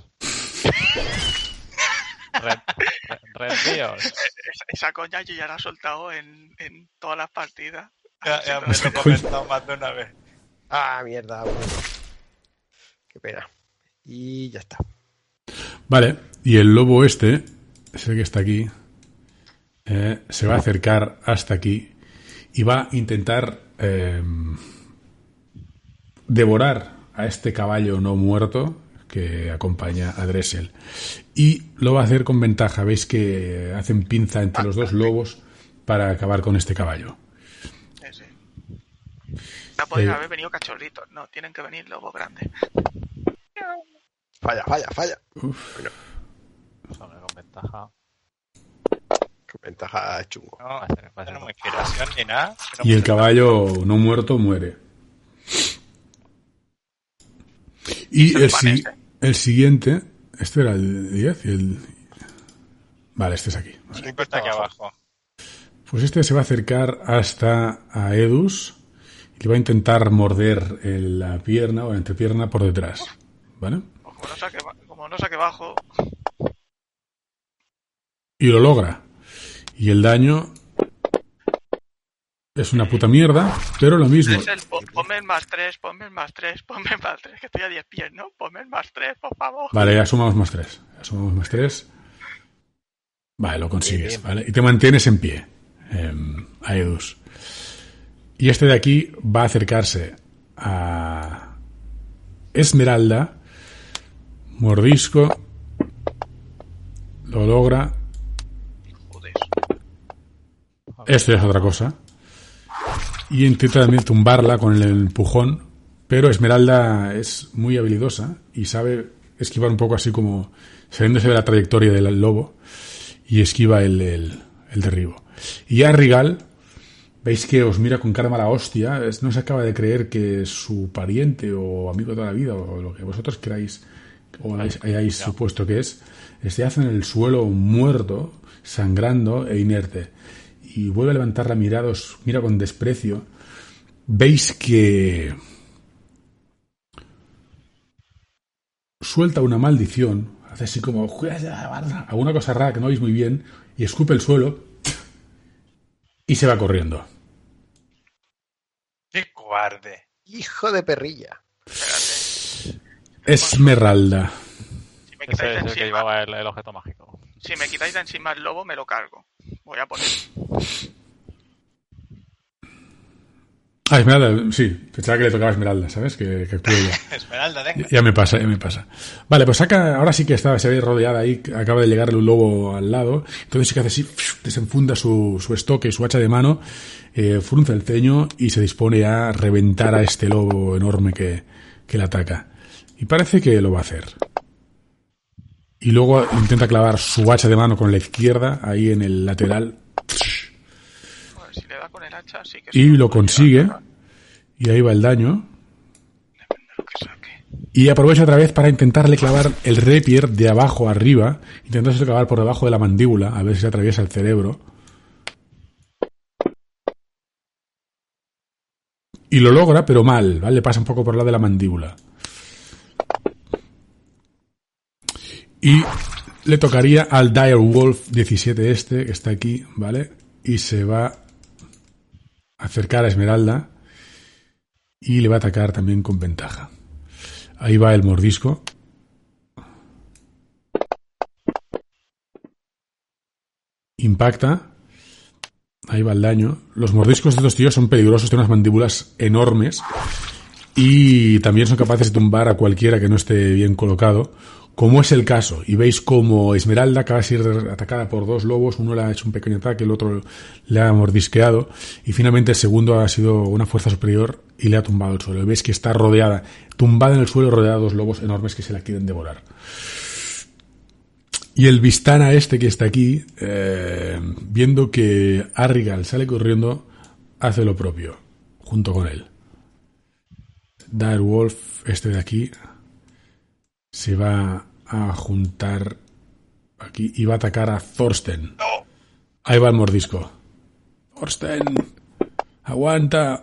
Ren- ren- Rendíos. Esa, esa coña yo ya la he soltado en, en todas las partidas. Ya, ya me lo he comentado más de una vez. Ah, mierda. Bueno. Qué pena. Y ya está. Vale, y el lobo este, ese que está aquí, eh, se va a acercar hasta aquí y va a intentar eh, devorar a este caballo no muerto que acompaña a Dressel. Y lo va a hacer con ventaja. Veis que hacen pinza entre los dos lobos para acabar con este caballo. Sí, sí. No podrían Eh. haber venido cachorritos. No, tienen que venir lobos grandes. Falla, falla, falla. Uf, Son con ventaja. Qué ventaja chungo. No, Va a ser- va a ser no tenemos muy- inspiración ni nada. que no y el pasa caballo no muerto muere. Y el, si- el siguiente, este era el diez y el... Vale, este es aquí. nada. Cinco está aquí abajo. Pues este se va a acercar hasta a Edus y le va a intentar morder en la pierna o la entrepierna por detrás. ¿Vale? Como no saque, ba- como no saque bajo, Y lo logra. Y el daño es una puta mierda, pero lo mismo. es el po- ponme el más tres, ponme el más tres, ponme el más tres, que estoy a diez pies, ¿no? Ponme el más tres, por favor. Vale, ya sumamos más tres. Ya sumamos más tres. Vale, lo consigues, ¿vale? Y te mantienes en pie, eh, a Edus. Y este de aquí va a acercarse a Esmeralda. Mordisco. Lo logra. Joder. Esto ya es otra cosa. Y intenta también tumbarla con el empujón. Pero Esmeralda es muy habilidosa y sabe esquivar un poco así como saliéndose de la trayectoria del lobo. Y esquiva el, el, el derribo. Y ya Rigal, veis que os mira con cara mala hostia. Es- No se acaba de creer que su pariente o amigo de toda la vida o lo que vosotros queráis o hayáis, hayáis supuesto que es, se hace en el suelo muerto, sangrando e inerte. Y vuelve a levantar la mirada, os mira con desprecio. Veis que suelta una maldición, hace así como alguna cosa rara que no veis muy bien, y escupe el suelo y se va corriendo. ¡Qué cobarde! Hijo de perrilla. Esmeralda. Si me Ese quitáis es de el que encima, llevaba el, el objeto mágico. si me quitáis de encima el lobo, me lo cargo. Voy a poner. Ah, Esmeralda, sí. Pensaba que le tocaba a Esmeralda, ¿sabes? Que, que actúe ya. Esmeralda, venga. Ya me pasa, ya me pasa. Vale, pues saca, ahora sí que está, se ve rodeada ahí, acaba de llegarle un lobo al lado, entonces sí que hace así, desenfunda su, su estoque y su hacha de mano, eh, frunce el ceño y se dispone a reventar a este lobo enorme que, que le ataca. Y parece que lo va a hacer. Y luego intenta clavar su hacha de mano con la izquierda, ahí en el lateral. Bueno, si le da con el hacha, sí que Y se lo puede consigue. llegar a- Y ahí va el daño. Depende de lo que saque. Y aprovecha otra vez para intentarle clavar el rapier de abajo a arriba, intentándose clavar por debajo de la mandíbula, a ver si se atraviesa el cerebro. Y lo logra, pero mal, ¿vale? Le pasa un poco por el lado de la mandíbula. Y le tocaría al Direwolf diecisiete este, que está aquí, ¿vale? Y se va a acercar a Esmeralda y le va a atacar también con ventaja. Ahí va el mordisco. Impacta. Ahí va el daño. Los mordiscos de estos tíos son peligrosos, tienen unas mandíbulas enormes y también son capaces de tumbar a cualquiera que no esté bien colocado, como es el caso. Y veis como Esmeralda acaba de ser atacada por dos lobos, uno le ha hecho un pequeño ataque, el otro le ha mordisqueado y finalmente el segundo ha sido una fuerza superior y le ha tumbado el suelo. Y veis que está rodeada, tumbada en el suelo, rodeada de dos lobos enormes que se la quieren devorar. Y el Vistana este que está aquí, eh, viendo que Arrigal sale corriendo, hace lo propio, junto con él. Direwolf, este de aquí, se va a juntar aquí y va a atacar a Thorsten. Ahí va el mordisco. Thorsten, aguanta.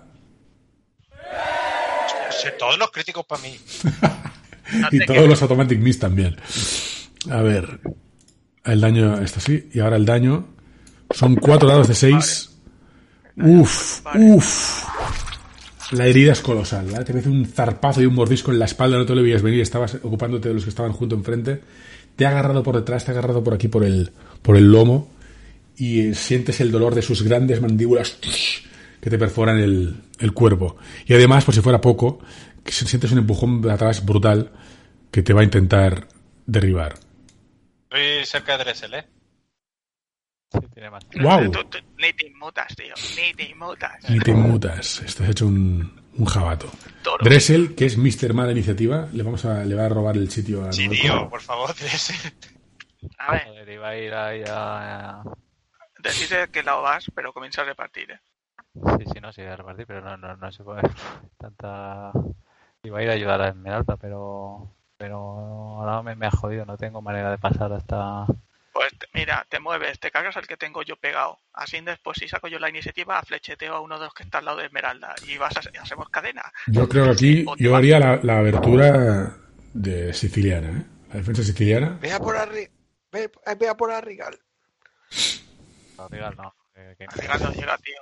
Sé, todos los críticos para mí. No Y te todos los automatic miss también. A ver, el daño está así y ahora el daño son cuatro dados de seis. Uf, uf. La herida es colosal, ¿vale? Te mete un zarpazo y un mordisco en la espalda, no te lo veías venir, estabas ocupándote de los que estaban junto enfrente. Te ha agarrado por detrás, te ha agarrado por aquí por el, por el lomo y sientes el dolor de sus grandes mandíbulas que te perforan el, el cuerpo. Y además, por si fuera poco, que sientes un empujón de atrás brutal que te va a intentar derribar. Estoy cerca de Dressel, ¿eh? Sí, tiene más. ¡Guau! Tú- tú- Ni te inmutas, tío. Ni te inmutas. Ni te mutas, estás hecho un, un jabato. Toro. Dressel, que es mister Mala Iniciativa, le vamos a le va a robar el sitio a Sí, Norco. tío, por favor, Dressel. A ver, Joder, iba a ir ahí a... decide que lado vas, pero comienza a repartir. ¿eh? Sí, sí, no, sí, a repartir, pero no, no, no se puede. Tanta... Iba a ir a ayudar a Esmeralda, pero... Pero ahora me, me ha jodido, no tengo manera de pasar hasta... Pues te- mira, te mueves, te cargas al que tengo yo pegado. Así después, si saco yo la iniciativa, flecheteo a uno de los que está al lado de Esmeralda y vas a, hacemos cadena. Yo creo que aquí O te yo vas- haría la, la abertura de siciliana, ¿eh? La defensa siciliana. Vea por arriba. Ve, vea por Arrigal. Arriba no. que- que- Arriba no llega, tío.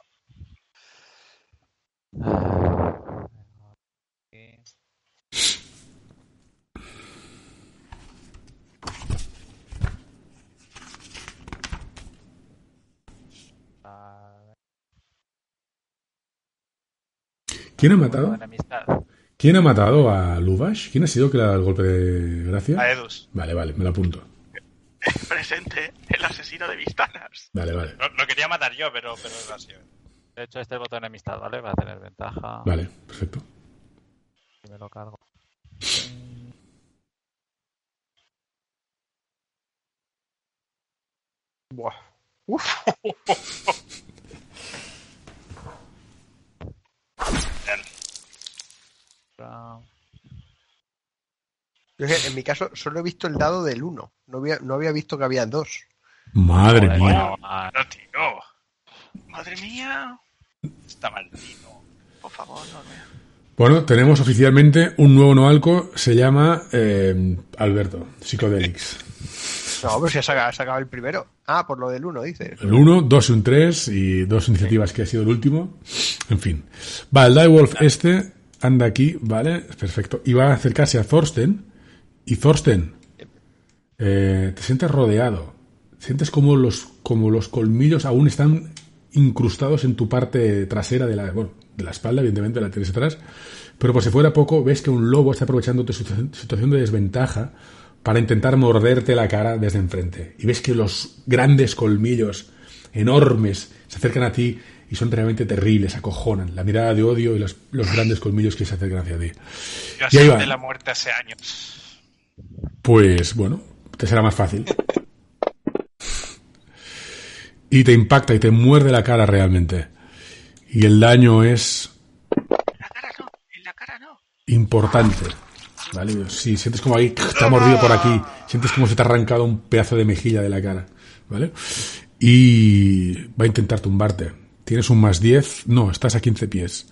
¿Quién ha matado? Buena amistad. ¿Quién ha matado a Luvash? ¿Quién ha sido que le ha dado el golpe de gracia? A Edus. Vale, vale, me lo apunto. Presente el asesino de Vistanas. Vale, vale. Lo, lo quería matar yo, pero, pero no ha sido. De hecho, este es botón de amistad, ¿vale? Va a tener ventaja. Vale, perfecto. Si me lo cargo. Buah. Uf. Bien. Ah, Yo es que, en mi caso solo he visto el dado del uno. No había, no había visto que había dos. Madre joder, mía. no, ah, No, tío. Madre mía. Está maldito. Por favor, no me... Bueno, tenemos oficialmente un nuevo Noalco, se llama eh, Alberto, Psychedelics. No, pero si has sacado, has sacado el primero. Ah, por lo del uno, dices. El uno, dos y un tres y dos iniciativas que ha sido el último. En fin. Va, el Direwolf este anda aquí, ¿vale? Perfecto. Y va a acercarse a Thorsten. Y Thorsten, eh, te sientes rodeado. Sientes como los, como los colmillos aún están incrustados en tu parte trasera de la, bueno, de la espalda, evidentemente la tienes atrás, pero por si fuera poco, ves que un lobo está aprovechando tu situación de desventaja para intentar morderte la cara desde enfrente. Y ves que los grandes colmillos enormes se acercan a ti y son realmente terribles, acojonan. La mirada de odio y los, los grandes colmillos que se acercan hacia ti. Yo Y ahí va. de la muerte hace años. Pues, bueno, te será más fácil. Y te impacta y te muerde la cara realmente. Y el daño es... En la cara no, en la cara no. importante. ¿Vale? Sí, sientes como ahí te ha mordido por aquí. Sientes como se te ha arrancado un pedazo de mejilla de la cara. ¿Vale? Y va a intentar tumbarte. Tienes un más diez. No, estás a quince pies.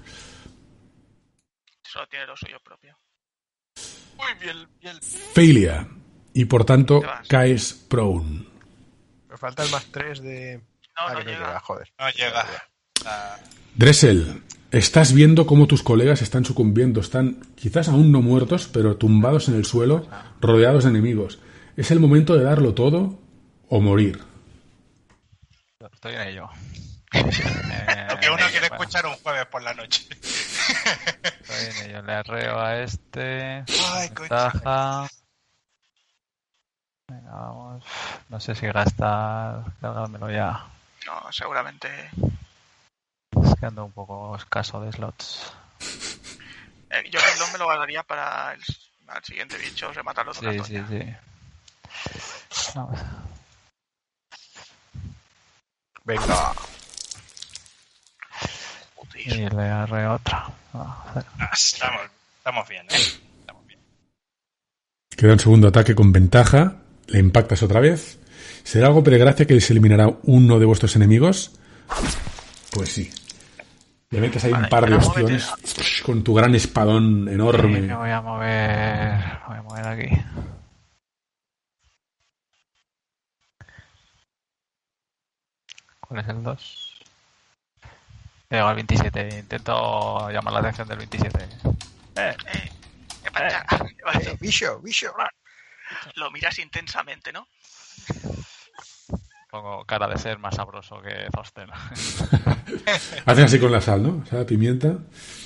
Solo tiene lo suyo propio. Uy, bien, bien. Failure. Y por tanto, Te vas. caes prone. Me falta el más tres de... No, Ah, no que llega. joder. No llega. Ah, Dressel, estás viendo cómo tus colegas están sucumbiendo. Están quizás aún no muertos, pero tumbados en el suelo, rodeados de enemigos. Es el momento de darlo todo o morir. Estoy en ello. Eh, lo que uno quiere bueno, escuchar un jueves por la noche. Estoy en ello. Le arreo a este. Ay, coño. Ventaja. Venga, vamos. No sé si gastar. Cargármelo ya. No, seguramente. Es que ando un poco escaso de slots. Eh, yo el don me lo guardaría para el, al siguiente bicho, rematarlo Sí, tocando sí, ya. sí. Vamos. Venga. Putis. Y le arreo otra. Ah, joder. Ah, estamos, estamos bien, ¿eh? Estamos bien. Queda un segundo ataque con ventaja. Le impactas otra vez. ¿Será algo pregracia que se eliminará uno de vuestros enemigos? Pues sí. Le metes ahí Vale, un par de ahora opciones con tu gran espadón Sí, enorme. me voy a mover. Me voy a mover aquí. ¿Cuál es el dos? Llego al veintisiete. Intento llamar la atención del veintisiete. Eh, Eh, ¿qué pasa? ¿Qué pasa? Eh, bicho, bicho. Lo miras intensamente, ¿no? pongo cara de ser más sabroso que Thorsten. Hacen así con la sal, ¿no? O sea, pimienta.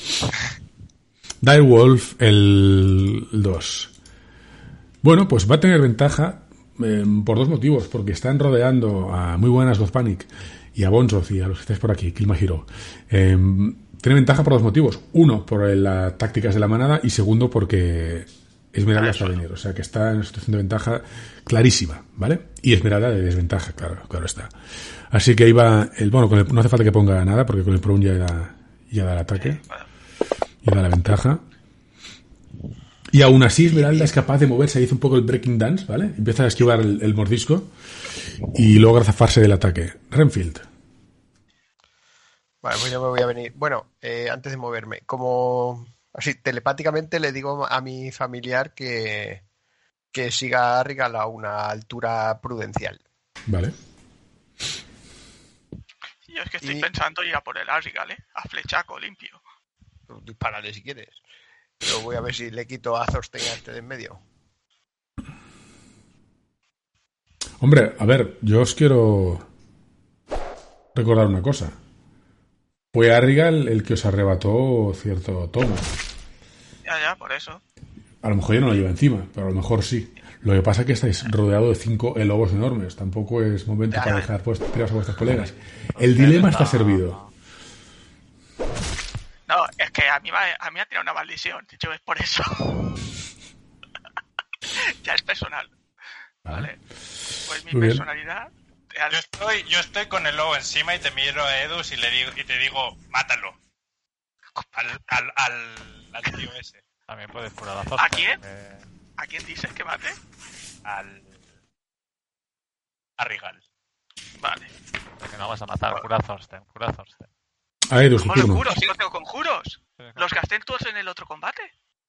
Direwolf, el dos. Bueno, pues va a tener ventaja eh, por dos motivos. Porque están rodeando a muy buenas Gozpanic y a Bonzoth y a los que estáis por aquí, Kill My Hero. Eh, tiene ventaja por dos motivos. Uno, por las tácticas de la manada. Y segundo, porque Esmeralda está venir. O sea, que está en una situación de ventaja clarísima, ¿vale? Y Esmeralda de desventaja, claro, claro está. Así que ahí va el... Bueno, con el, no hace falta que ponga nada, porque con el Prone ya da, ya da el ataque. Y da la ventaja. Y aún así Esmeralda es capaz de moverse, hizo un poco el breaking dance, ¿vale? Empieza a esquivar el, el mordisco y logra zafarse del ataque. Renfield. Vale, pues yo me voy a venir. Bueno, eh, antes de moverme, como así telepáticamente le digo a mi familiar que, que siga a Rigal a una altura prudencial. Vale. Yo es que estoy Y- pensando ir a por el Asrigal, ¿eh? A flechaco, limpio. Dispárale si quieres. Pero voy a ver si le quito a Thorsten a este de en medio. Hombre, a ver, yo os quiero recordar una cosa. Fue Arrigal el que os arrebató cierto tono. Ya, ya, por eso. A lo mejor ya no lo lleva encima, pero a lo mejor sí. Lo que pasa es que estáis rodeado de cinco lobos enormes. Tampoco es momento para dejar pues, tirados a vuestros colegas. El dilema está servido. No, es que a mí, me ha- a mí me ha tirado una maldición. De hecho, es por eso. Ya es personal. Vale. Pues mi Muy bien. personalidad. real- Yo estoy, yo estoy con el lobo encima y te miro a Edus y le digo y te digo, mátalo. Al, al, al, al tío ese. También puedes curar a Thorsten. ¿A quién? eh, ¿A quién dices que mate? Al. A Rigal. Vale. que no vas a matar. Cura a Thorsten. Cura a Thorsten. A Edu, su ¿Cómo los turno. juro? Si no tengo conjuros. ¿Los gasté todos en el otro combate?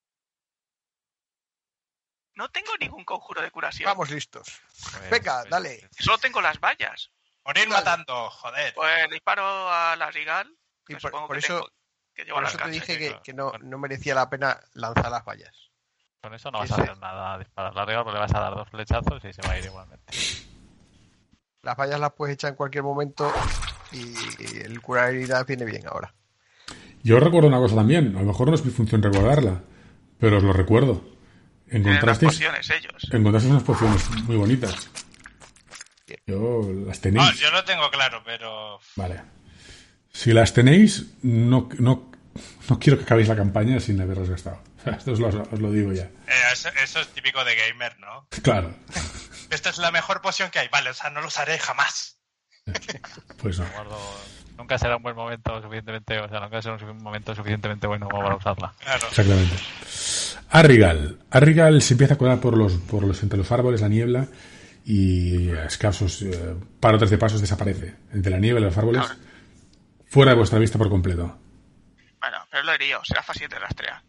No tengo ningún conjuro de curación. Vamos listos. Pues, Venga, pues, dale. Solo tengo las vallas. Morir matando, joder. Pues disparo a la Rigal. Y que por, supongo por que eso, tengo que llevar por al eso te alcance. dije sí, que, claro. que no, no merecía la pena lanzar las vallas. Con eso no vas a Ese- hacer nada a disparar la regla porque le vas a dar dos flechazos y se va a ir igualmente. Las vallas las puedes echar en cualquier momento y el curar heridas viene bien ahora. Yo recuerdo una cosa también, a lo mejor no es mi función recordarla, pero os lo recuerdo. Tienen las Encontrasteis, pociones ellos. encontrasteis unas pociones muy bonitas. Yo las tenéis. No, yo lo tengo claro, pero... Vale. Si las tenéis, no, no, no quiero que acabéis la campaña sin haberlas gastado. Esto os lo, os lo digo ya. Eh, eso, eso es típico de gamer, ¿no? Claro. Esta es la mejor poción que hay. Vale, o sea, no lo usaré jamás. Pues no. Guardo- Nunca será un buen momento suficientemente, o sea, nunca será un momento suficientemente bueno como para usarla. Claro. Exactamente. Arrigal. Arrigal se empieza a colar por los, por los, entre los árboles, la niebla, y a escasos eh, parotes de pasos desaparece. Entre la niebla y los árboles, Ahora. fuera de vuestra vista por completo. Bueno, pero lo iría, será fácil de rastrear.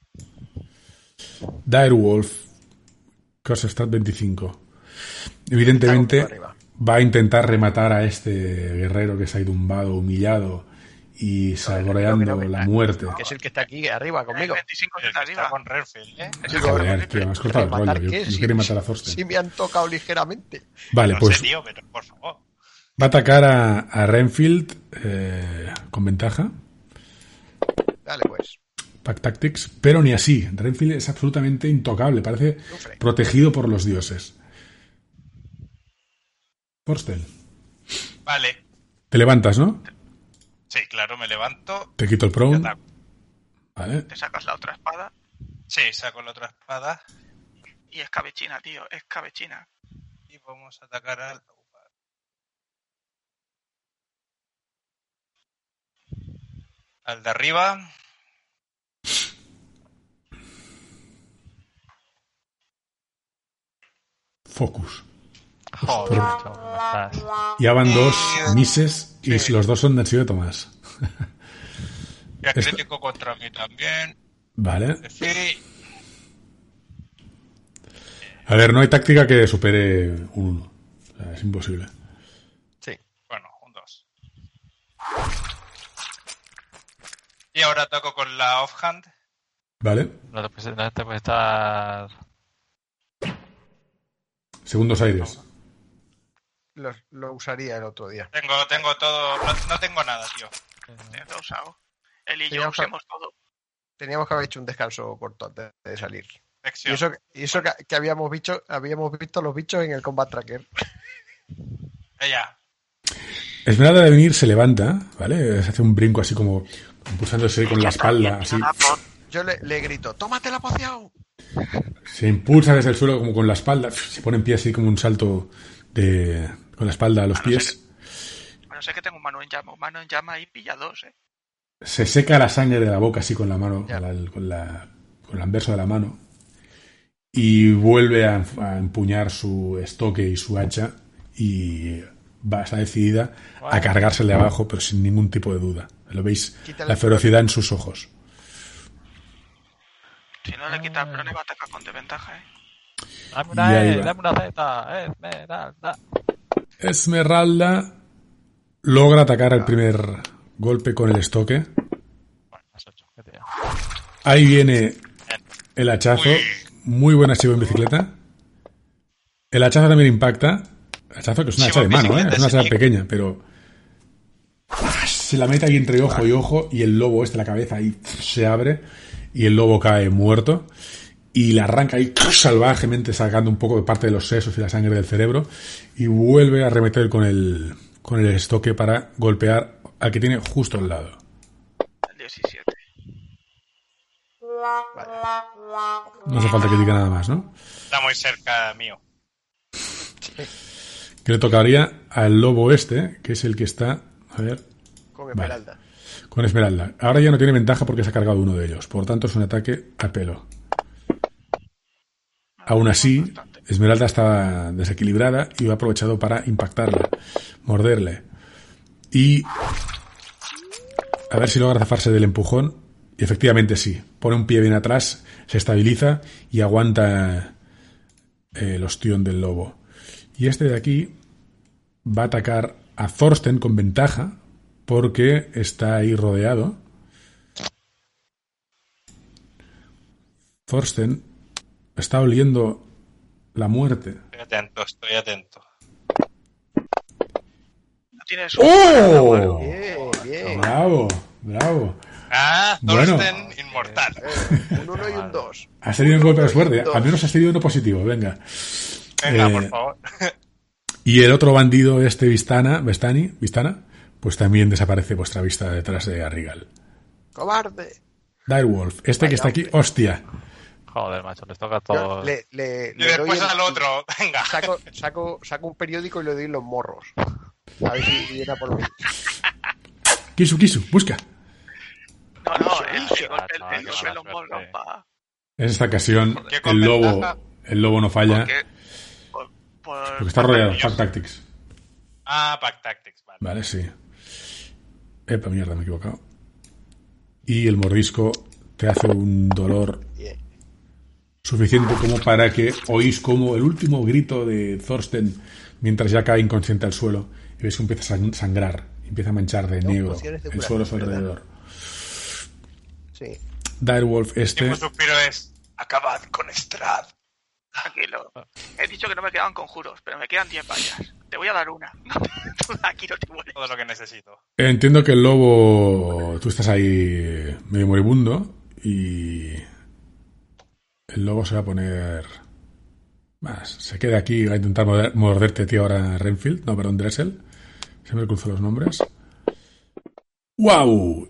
Direwolf, Corsestad veinticinco. Está Evidentemente conmigo arriba. va a intentar rematar a este guerrero que se ha tumbado, humillado y saboreando No, que no, que- la muerte. Que es el que está aquí arriba conmigo. veinticinco El está que está arriba. con Renfield, ¿eh? Es el Joder, cabrón, tío, me has cortado el rollo. ¿Matar Yo, qué? yo Si- quería matar a Thorsten. Si me han tocado ligeramente. Vale, No pues sé, tío, pero por favor. va a atacar a, a Renfield eh, con ventaja. Dale, pues. Pack Tactics, pero ni así. Renfield es absolutamente intocable, parece Sufre. protegido por los dioses. Thorsten, Vale. te levantas, ¿no? Sí, claro, me levanto Te quito el y prone. ataco. Vale. Te sacas la otra espada Sí, saco la otra espada y escabechina, tío, escabechina. y vamos a atacar al... Al de arriba. Focus. Joder, macho, ¿cómo estás? Ya van dos mises y Sí. los dos son de de Tomás. Y el crítico contra mí también. Vale. Sí. A ver, no hay táctica que supere un uno. O sea, es imposible. Sí. Bueno, un dos. Y ahora ataco con la offhand. Vale. No te puedes, no te puedes estar... Segundos aires. Lo, lo usaría el otro día. Tengo, tengo todo. No, no tengo nada, tío. Te lo he usado. Él y Sí, yo vamos a- usemos todo. Teníamos que haber hecho un descanso corto antes de salir. Y Lección. eso, y eso que, que habíamos visto, habíamos visto los bichos en el Combat Tracker. Ella. Esmeralda de venir se levanta, ¿vale? Se hace un brinco así como impulsándose con la espalda, así. Ah, por- Yo le, le grito, ¡tómate la poción! Se impulsa desde el suelo como con la espalda, se pone en pie así como un salto de con la espalda a los pies. Bueno, sé que tengo un mano en llama. Un mano en llama y pilla dos, eh. Se seca la sangre de la boca así con la mano, Ya. con, la, con, la- con el anverso de la mano. Y vuelve a, a empuñar su estoque y su hacha y va, está decidida a cargarse el de abajo, pero sin ningún tipo de duda. Lo veis, Quítale la el ferocidad en sus ojos. Si no le quita el prone, va a atacar con desventaja, eh. Dame Y una ahí E, va. dame una Z, Esmeralda. Esmeralda logra atacar el primer golpe con el estoque. Bueno, has hecho, ¿qué te digo? Ahí viene el hachazo. Uy. Muy buen archivo en bicicleta. El hachazo también impacta. El hachazo que es una hacha Archivo de en mano, ¿eh? bicicleta, Es una hacha sí. pequeña, pero... Se la mete ahí entre ojo y ojo y el lobo este, la cabeza ahí se abre y el lobo cae muerto y la arranca ahí salvajemente sacando un poco de parte de los sesos y la sangre del cerebro y vuelve a arremeter con el, con el estoque para golpear al que tiene justo al lado. El diecisiete. No hace falta que diga nada más, ¿no? Está muy cerca mío. Que le tocaría al lobo este, que es el que está... A ver... Con Vale. Esmeralda. Con Esmeralda. Ahora ya no tiene ventaja porque se ha cargado uno de ellos. Por tanto, es un ataque a pelo. Aún así, Bastante. Esmeralda estaba desequilibrada y ha aprovechado para impactarla, morderle. Y a ver si logra zafarse del empujón. Y efectivamente sí. Pone un pie bien atrás, se estabiliza y aguanta eh, el ostión del lobo. Y este de aquí va a atacar a Thorsten con ventaja porque está ahí rodeado. Thorsten está oliendo la muerte. Estoy atento, estoy atento. tienes un... ¡Oh! Bien, bien. Bravo, bravo. Ah, Bueno. Thorsten inmortal. Eh, un uno y un dos. Has tenido un golpe de Uno y suerte. un dos. Al menos has tenido uno positivo, venga. Venga, Eh, por favor. Y el otro bandido, este Vistana, Vistani, Vistana, pues también desaparece vuestra vista detrás de Arrigal. ¡Cobarde! Direwolf, este que está aquí, hombre. hostia. Joder, macho, les toca Yo todo. le, le, Y le doy después el- al otro. Venga. Saco, saco, saco un periódico y le doy en los morros. A ver si viene a por mí. Kisu, Kisu, busca. No, no, el, el golpe, Ah, el, chaval, el qué golpe mala los morros, suerte. pa. En esta ocasión, Qué el con lobo, ventaja. el lobo no falla Porque, por, por- porque está rodeado. Pack Tactics. Ah, Pack Tactics, vale. Vale, sí. Epa, mierda, me he equivocado. Y el mordisco te hace un dolor Bien. suficiente como para que oís como el último grito de Thorsten mientras ya cae inconsciente al suelo y ves que empieza a sang- sangrar, empieza a manchar de No, negro pociones de el curación, suelo a su ¿verdad? alrededor. Sí. Direwolf El este, suspiro es: acabad con Strad. Tranquilo. He dicho que no me quedaban conjuros, pero me quedan diez vallas. Te voy a dar una. Aquí no te mueres. Todo lo que necesito. entiendo que el lobo, tú estás ahí medio moribundo y el lobo se va a poner más, se queda aquí, va a intentar morder- morderte tío ahora Renfield, no, perdón, Dressel. Siempre cruzo los nombres. ¡Wow!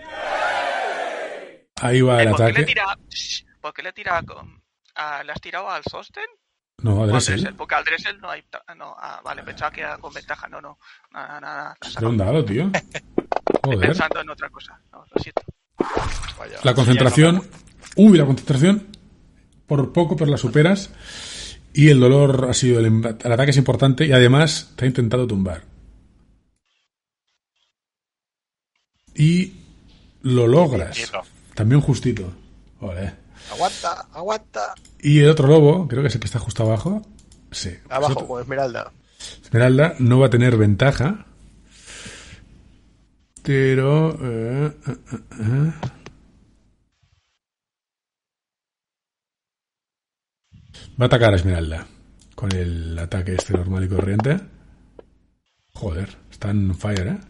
Ahí va el Eh, ¿Por qué le ataque. tira, ¿por qué le tira con, a- le has tirado al Sosten? No, a ¿O al Dressel. Dressel? Porque al Dressel no hay... ta- No, ah, vale, pensaba que era con ventaja. No, no. Nada, nada. la De saco. un dado, tío. Joder. Pensando en otra cosa. No, lo siento. Vaya. La concentración. Uy, la concentración. Por poco, pero la superas. Y el dolor ha sido. El, em- el ataque es importante y además te ha intentado tumbar. Y lo logras. Justito. También justito. Ole. Aguanta, aguanta. Y el otro lobo, creo que es el que está justo abajo. Sí. Abajo, Nosotros- con Esmeralda. Esmeralda no va a tener ventaja. Pero. eh, eh, eh, eh. Va a atacar a Esmeralda. Con el ataque este normal y corriente. Joder, está en fire, ¿eh?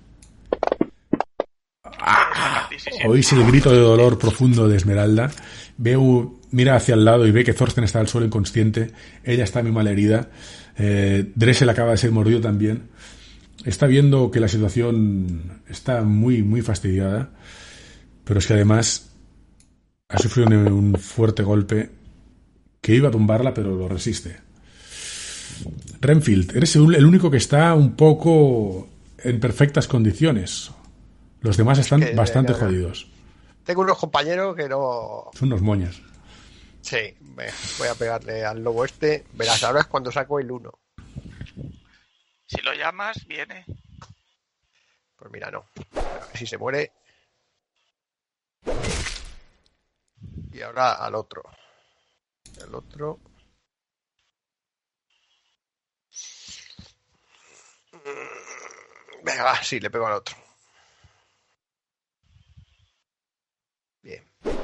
diecisiete. Oís el grito de dolor profundo de Esmeralda. Veo, mira hacia el lado y ve que Thorsten está al suelo inconsciente. Ella está muy mal herida. Eh, Dressel acaba de ser mordido también. Está viendo que la situación está muy, muy fastidiada. Pero es que además ha sufrido un, un fuerte golpe que iba a tumbarla, pero lo resiste. Renfield, eres el el único que está un poco en perfectas condiciones. Los demás están que, bastante nada. jodidos. Tengo unos compañeros que no... Son unos moñas. Sí, me- voy a pegarle al lobo este. Verás, ahora es cuando saco el uno. Si lo llamas, viene. Pues mira, no. A ver si se muere. Y ahora al otro. El otro... Mm, Venga, va, sí, le pego al otro. Bien.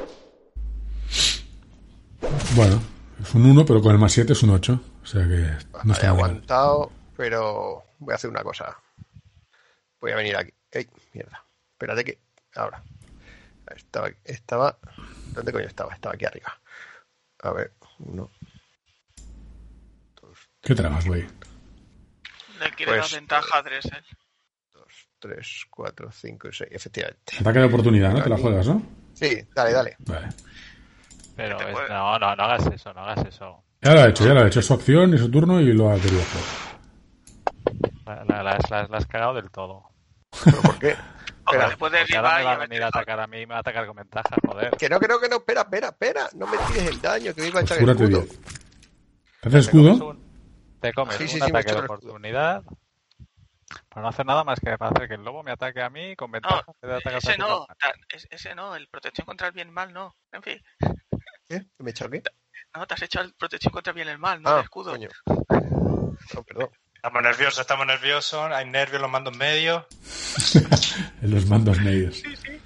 Bueno, es un uno, pero con el más siete es un ocho. O sea que no Vale, está muy mal. aguantado, pero voy a hacer una cosa. Voy a venir aquí. ¡Ey! Mierda. Espérate que... Ahora. Estaba... estaba... ¿Dónde coño estaba? Estaba aquí arriba. A ver. Uno, dos, ¿Qué tramas, güey? Le quiere Pues, dar ventaja a Dressel. dos, tres, cuatro, cinco y seis. Efectivamente. Ataque de oportunidad, ¿no? Te la juegas, ¿no? Sí, dale, dale. Vale. Pero Te es- puede- no, no, no hagas eso, no hagas eso. Ya lo ha hecho, ya lo ha hecho. Es su acción y su turno y lo ha querido hacer. La, la- la- la- la has cagado del todo. ¿Pero por qué? Ahora Espera. te puede Porque ahora derribar me y va a a venir a meter- atacar a mí y me va a atacar con ventaja, joder. Que no, que no, que no. Espera, espera, espera. No me tires el daño, que me iba a echar el Júrate escudo. diez. ¿Te haces escudo? Te comes un, te comes Sí, sí, un sí, me ataque echo de el escudo. oportunidad para no hacer nada más que para hacer que el lobo me ataque a mí con ventaja. No, en vez de atacar ese a tu no. normal. ta- es- Ese no. El protección contra el bien y el mal, no. En fin. ¿Qué? ¿Me he echado qué? No, te has hecho el protección contra el bien y el mal, no Ah, el escudo. coño. No, perdón. Estamos nerviosos, estamos nerviosos. Hay nervios, los mandos medios. En los mandos medios.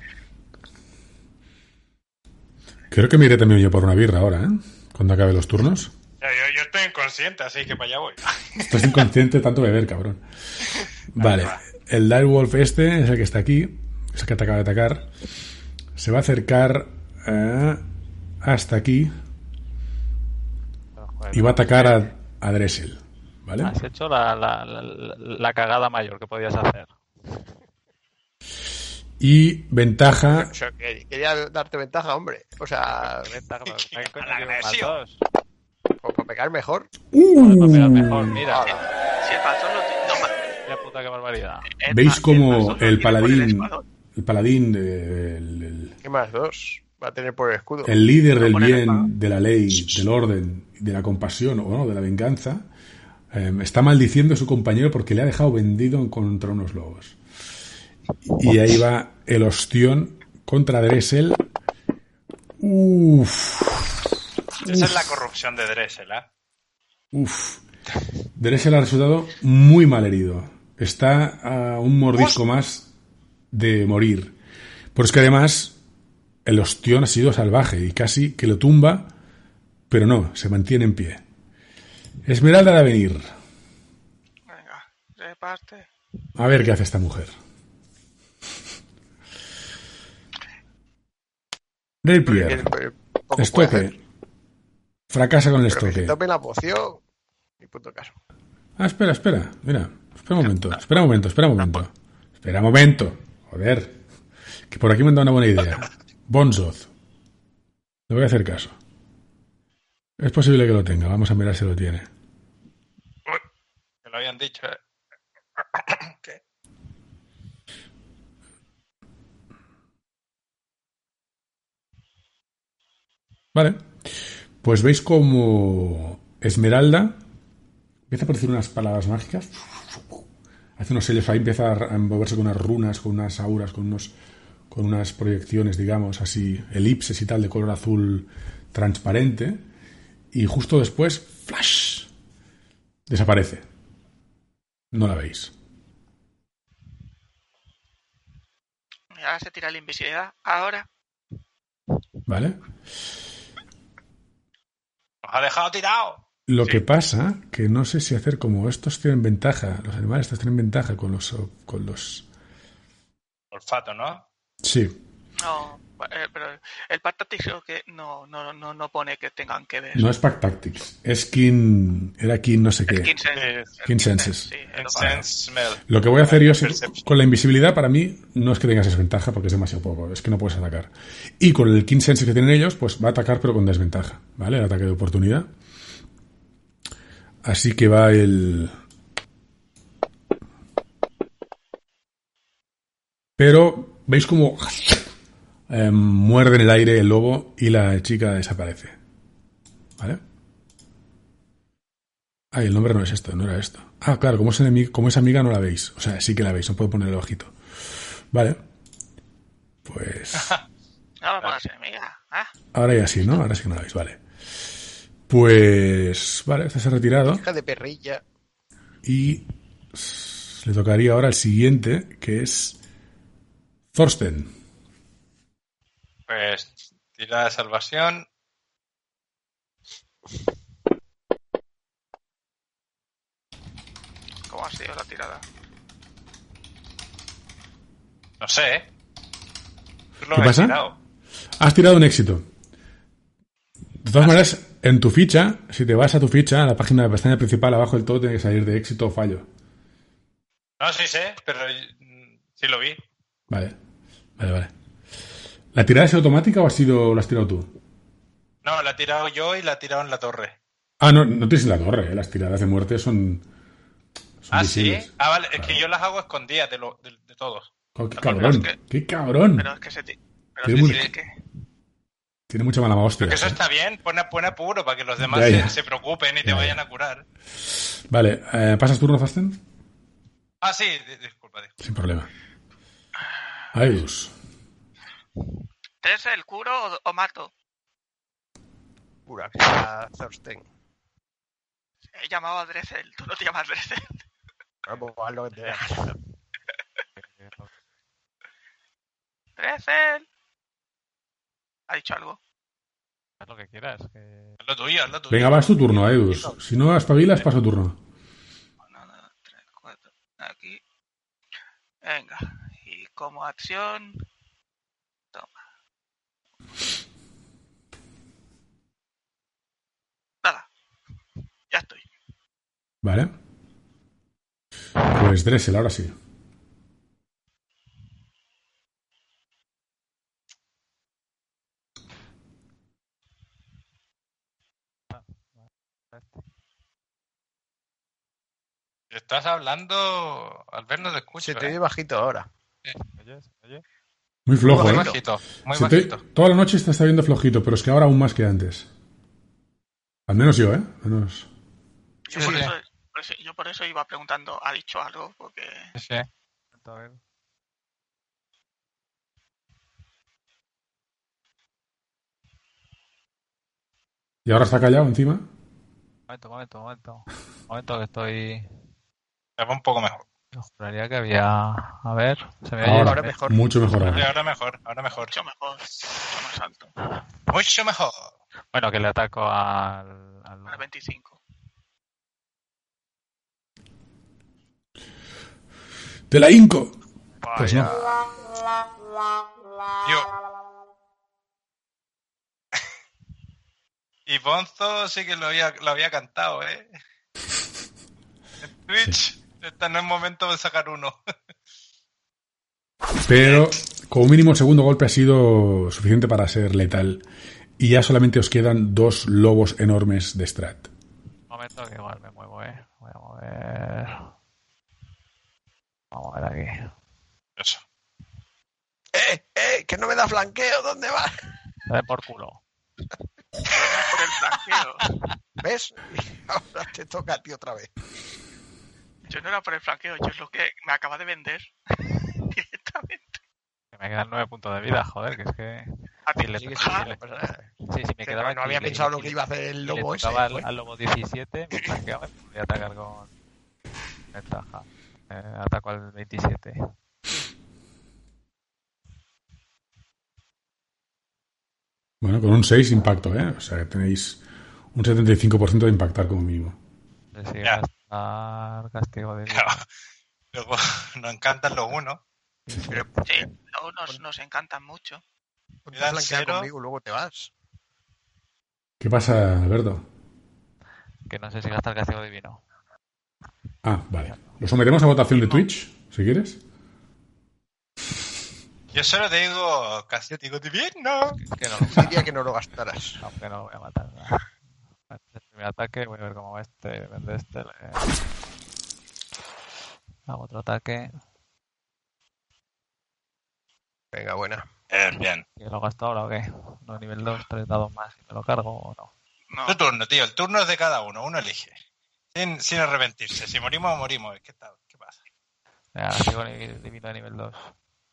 Creo que me iré también yo por una birra ahora, ¿eh? Cuando acabe los turnos. Yo, yo, yo estoy inconsciente, así que para allá voy. Estás inconsciente de tanto beber, cabrón. Vale. el direwolf este es el que está aquí, es el que te acaba de atacar. Se va a acercar eh, hasta aquí y va a atacar a, a Dressel, ¿vale? Has hecho la, la, la, la cagada mayor que podías hacer. Y ventaja. O sea, que quería darte ventaja, hombre. O sea, Ventaja, ¿qué coño La llevo más agresión. dos? pues para pegar mejor. Uh, Para pegar mejor, mira. Si el bastón lo tiene. No, ma- Qué puta, qué barbaridad. el ¿Veis ba- el cómo bastón lo el tiene por paladín, escuadón. el paladín, eh, el, el- ¿Qué más? Dos. Va a tener por el escudo. el líder del poner el bien, pago. de la ley, del orden, de la compasión o no, de la venganza, eh, está maldiciendo a su compañero porque le ha dejado vendido contra unos lobos. Y ahí va el ostión contra Dressel. Uff. Esa es la corrupción de Dressel, ¿eh? Uf. Dressel ha resultado muy mal herido. Está a un mordisco más de morir. Pero es que además el ostión ha sido salvaje y casi que lo tumba, pero no, se mantiene en pie. Esmeralda de venir. Venga, reparte. A ver qué hace esta mujer. Rapier. Porque poco puede Estoque. hacer. Fracasa con el Pero que se estoque. tome la poción. Ni puto caso. Ah, espera, espera. Mira, espera un momento, espera un momento, espera un momento. Espera un momento. Joder. Que por aquí me han dado una buena idea. Bonzoth. Le voy a hacer caso. Es posible que lo tenga. Vamos a mirar si lo tiene. Uy, que lo habían dicho, ¿eh? ¿Qué? Vale. Pues veis como Esmeralda empieza a aparecer unas palabras mágicas. Hace unos sellos ahí, empieza a moverse con unas runas, con unas auras, con unos con unas proyecciones, digamos, así, elipses y tal, de color azul transparente. Y justo después, ¡flash! Desaparece. No la veis. Y ahora se tira la invisibilidad. Ahora. ¿Vale? Nos ha dejado tirado. Lo Sí. que pasa, que no sé si hacer como estos tienen ventaja, los animales estos tienen ventaja con los... con los Olfato, ¿no? sí. No, eh, pero el Pack Tactics creo que no, no, no, no pone que tengan que ver. No es Pack Tactics, es Kin... Era Kin no sé El qué. Kin Sense. Kin Senses. Sí, el En otro. sense smell. Lo que voy a hacer yo sí, Perception. con la invisibilidad, para mí, no es que tengas desventaja, porque es demasiado poco, es que no puedes atacar. Y con el Kin Sense que tienen ellos, pues va a atacar, pero con desventaja, ¿vale? El ataque de oportunidad. Así que va el... Pero, ¿veis cómo eh, muerde en el aire el lobo y la chica desaparece? ¿Vale? Ay, el nombre no es esto, no era esto. Ah, claro, como es, enemigo, como es amiga no la veis. O sea, sí que la veis, no puedo poner el ojito. Vale. Pues... No me pongas enemiga. Ah, Ahora ya sí, ¿no? Ahora sí que no la veis, vale. Pues... Vale, este se ha retirado. Hija de perrilla. Y s- le tocaría ahora el siguiente, que es Thorsten. Pues tira de salvación. ¿cómo ha sido la tirada? No sé, ¿eh? Tú lo ¿Qué has pasa? tirado. Has tirado un éxito. De todas maneras, en tu ficha, si te vas a tu ficha, a la página de la pestaña principal, abajo del todo tiene que salir de éxito o fallo. No, sí sé, pero mm, sí lo vi. Vale, vale, vale. ¿La tirada es automática o has sido, la has tirado tú? No, la he tirado yo y la he tirado en la torre. Ah, no, no tienes en la torre, ¿eh? Las tiradas de muerte son... son Ah, sí. visibles. Ah, vale, es Claro. que yo las hago escondidas de, lo, de, de todos. Oh, qué Pero cabrón, es que- qué cabrón. Pero es que se ti- pero Tiene es muy- que, sí, que Tiene mucha mala hostia. Porque eso ¿eh? está bien, pone, pone apuro para que los demás Ya, ya. Se, se preocupen y te Ya, vayan ya. a curar. Vale, eh, ¿pasas turno, Thorsten? Ah, sí, di- disculpa, disculpa. Sin problema. Aidus. ¿tres el curo o, o mato? Pura, que sea Thorsten. He llamado a Dressel, tú no te llamas Dressel. Vamos, haz lo que te dé. Dressel. ¿Ha dicho algo? Haz lo que quieras. Que... Haz lo tuyo, haz lo tuyo. Venga, vas tu turno, Aidus. Si no espabilas, paso turno. uno, dos, tres, cuatro. Aquí. Venga. Y como acción... Toma. Nada. Ya estoy. Vale. Pues Dressel, ahora sí. Estás hablando, Albert, no te escucho. Se te ¿eh? oye bajito ahora. ¿Me oyes? ¿Me oyes? Muy flojo, Muy ¿eh? bajito, muy Se te- bajito. Toda la noche te está viendo flojito, pero es que ahora aún más que antes. Al menos yo, ¿eh? Al menos... Yo, Sí, por sí. eso, por eso- yo por eso iba preguntando, ¿ha dicho algo? Porque... Sí, sí. A ver. ¿Y ahora está callado encima? Momento, momento, momento. Momento que estoy... Se va un poco mejor. Yo juraría que había... A ver, se me oye. Ahora, ahora mejor. mucho mejor Sí, ahora. ahora mejor, ahora mejor. Mucho mejor. Mucho más alto. Mucho mejor. Bueno, que le ataco al... al... Al veinticinco. ¡Te la hinco! Pues no. Yo. Y Bonzo sí que lo había, lo había cantado, ¿eh? En Twitch. Este no es momento de sacar uno. Pero como mínimo el segundo golpe ha sido suficiente para ser letal. Y ya solamente os quedan dos lobos enormes de Strat. Un momento que igual me muevo, eh. Voy a mover... Vamos a ver aquí. Eso. ¡Eh, eh! ¡Que no me da flanqueo! ¿Dónde vas? Dale por culo. Por el flanqueo. ¿Ves? Y ahora te toca a ti otra vez. Yo no era por el flanqueo, yo es lo que me acaba de vender directamente. Que me quedan nueve puntos de vida, joder, que es que... A ti Sí, le- Sí, que sí, sí, le- no pasa nada. Sí, sí, me Que quedaba no, no había aquí, pensado le- lo que le- iba a hacer el y lobo le ese. tocaba al, pues. al lobo diecisiete, me flanqueaba y podía atacar con ventaja. Eh, ataco al veintisiete. Bueno, con un seis impacto, ¿eh? O sea que tenéis un setenta y cinco por ciento de impactar como mínimo. Le sigue Ya. gastar castigo de vida. Claro. Luego nos encantan los unos. Pero, Sí, luego nos, nos encantan mucho. ponte Mira, a flanquear cero. conmigo, luego te vas. ¿Qué pasa, Alberto? Que no sé si gastar castigo divino. Ah, vale. Lo sometemos a votación de Twitch, si quieres. Yo solo digo castigo divino. Es que no lo Diría que no lo gastaras. aunque no lo voy a matar. El primer ataque, voy a ver cómo va este. Vende este. Le... Hago otro ataque. Venga, buena. Bien, bien. ¿Y lo gasto ahora o qué? No, nivel dos, tres dados más. ¿Me lo cargo o no? No, Tu turno, tío. El turno es de cada uno. Uno elige. Sin, sin arrepentirse. Si morimos, morimos. ¿Qué tal? ¿Qué pasa? Venga, sigo divino de nivel dos.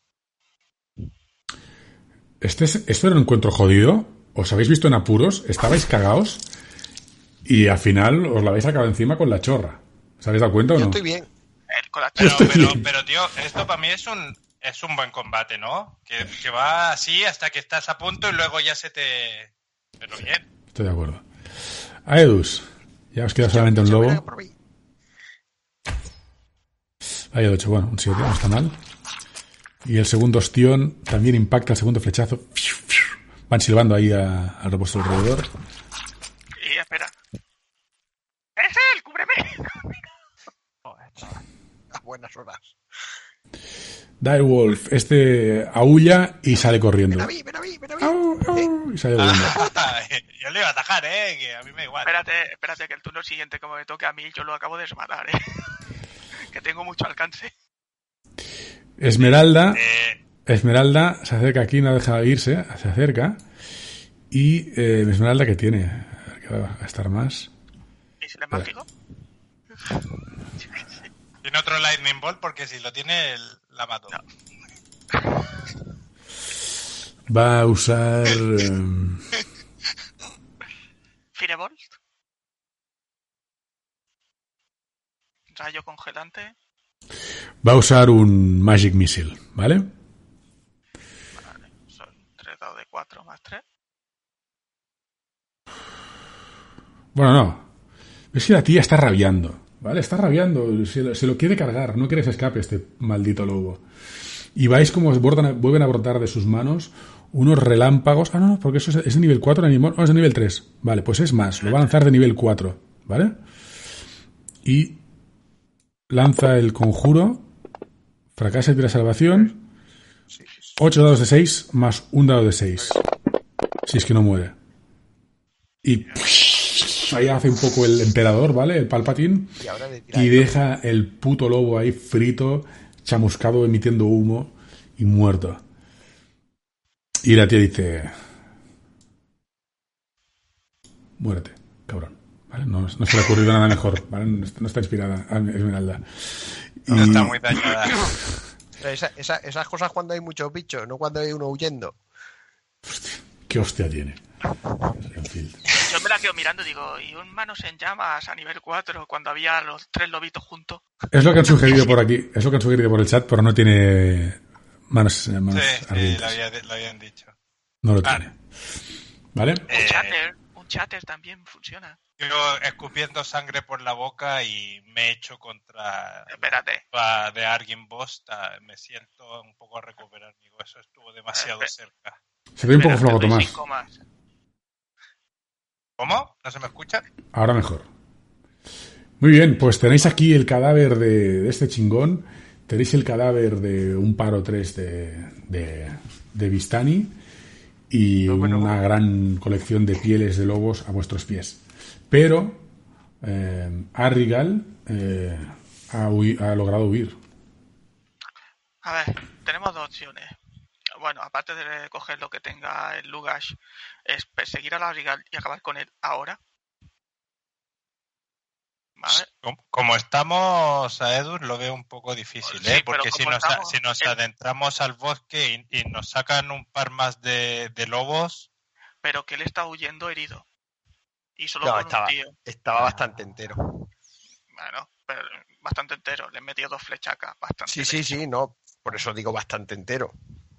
Este es- ¿Esto era un encuentro jodido? ¿Os habéis visto en apuros? ¿Estabais cagados? Y al final os la habéis sacado encima con la chorra. ¿Os habéis dado cuenta o Yo no? estoy bien. el con la Pero, Estoy pero, bien. pero, tío, esto para mí es un es un buen combate, ¿no? Que, que va así hasta que estás a punto y luego ya se te... Pero bien. Estoy de acuerdo. Aedus, ya os queda solamente un Se lobo. verá por mí. Hay ocho, bueno, un siete, no está mal. Y el segundo ostión también impacta el segundo flechazo. Van silbando ahí a- al vuestro alrededor. Y espera. ¡Es él! ¡Cúbreme! Joder, chaval. A buenas horas. Direwolf, este aúlla y sale corriendo. Ven a mí, ven a mí, ven a mí. Au, au, y sale volando. Yo le iba a atajar, ¿eh? Que a mí me da igual. Espérate, espérate, que el turno siguiente, como me toque a mí, yo lo acabo de desmatar, ¿eh? Que tengo mucho alcance. Esmeralda, Eh, Esmeralda se acerca aquí, no deja irse, se acerca. Y eh, Esmeralda que tiene, a ver, que va a gastar más. ¿Y si le mágico? tiene otro Lightning Bolt porque si lo tiene, la mato. No. Va a usar... eh, Firebolt. Rayo congelante. va a usar un Magic Missile, ¿vale? Vale, son tres dados de cuatro más tres. Bueno, no. Es que la tía está rabiando. ¿vale? Está rabiando, se lo, se lo quiere cargar, no quiere que se escape este maldito lobo. Y vais como bordan, vuelven a brotar de sus manos unos relámpagos. Ah, no, no, porque eso es, es de nivel cuatro, no, es de nivel tres. Vale, pues es más, lo va a lanzar de nivel cuatro, ¿vale? Y lanza el conjuro, fracasa y tira salvación. ocho dados de seis más un dado de seis. Si es que no muere. Y ahí hace un poco el emperador, ¿vale? El Palpatine. Y deja el puto lobo ahí frito, chamuscado, emitiendo humo y muerto. Y la tía dice: muérete, cabrón. ¿Vale? No, no se le ha ocurrido nada mejor, ¿vale? No está, no está inspirada Esmeralda. Y... no está muy dañada. Esa, esa, esas cosas cuando hay muchos bichos, no cuando hay uno huyendo. Hostia, qué hostia tiene. En fin. Yo me la quedo mirando y digo, ¿y un manos en llamas a nivel cuatro cuando había los tres lobitos juntos? Es lo que han sugerido por aquí, es lo que han sugerido por el chat, pero no tiene manos, manos sí, sí, lo, había, lo habían dicho. No lo ah. tiene. ¿Vale? Un Eh, chatter, un chatter también funciona. Yo escupiendo sangre por la boca y me echo contra Espérate. la de Argin Boss, me siento un poco a recuperar mi hueso, estuvo demasiado Espe- cerca. Se ve un poco Espérate, flojo, doy Tomás. cinco más. ¿Cómo? ¿No se me escucha? Ahora mejor. Muy bien, pues tenéis aquí el cadáver de, de este chingón. Tenéis el cadáver de un par o tres de, de, de Vistani y No, bueno, una gran colección de pieles de lobos a vuestros pies. Pero eh, Arrigal eh, ha, hui- ha logrado huir. A ver, tenemos dos opciones. Bueno, aparte de coger lo que tenga el Lugash, es perseguir a la Rigal y acabar con él ahora. ¿Vale? Como, como estamos a Edur, lo veo un poco difícil, Sí, ¿eh? pero Porque si como nos, estamos si nos en- adentramos al bosque y, y nos sacan un par más de, de lobos, Pero que él está huyendo herido. Y solo No, con estaba, un tío. estaba bastante entero. Bueno, pero bastante entero. Le he metido dos flechacas. Bastante Sí, sí, sí, no. Por eso digo bastante entero.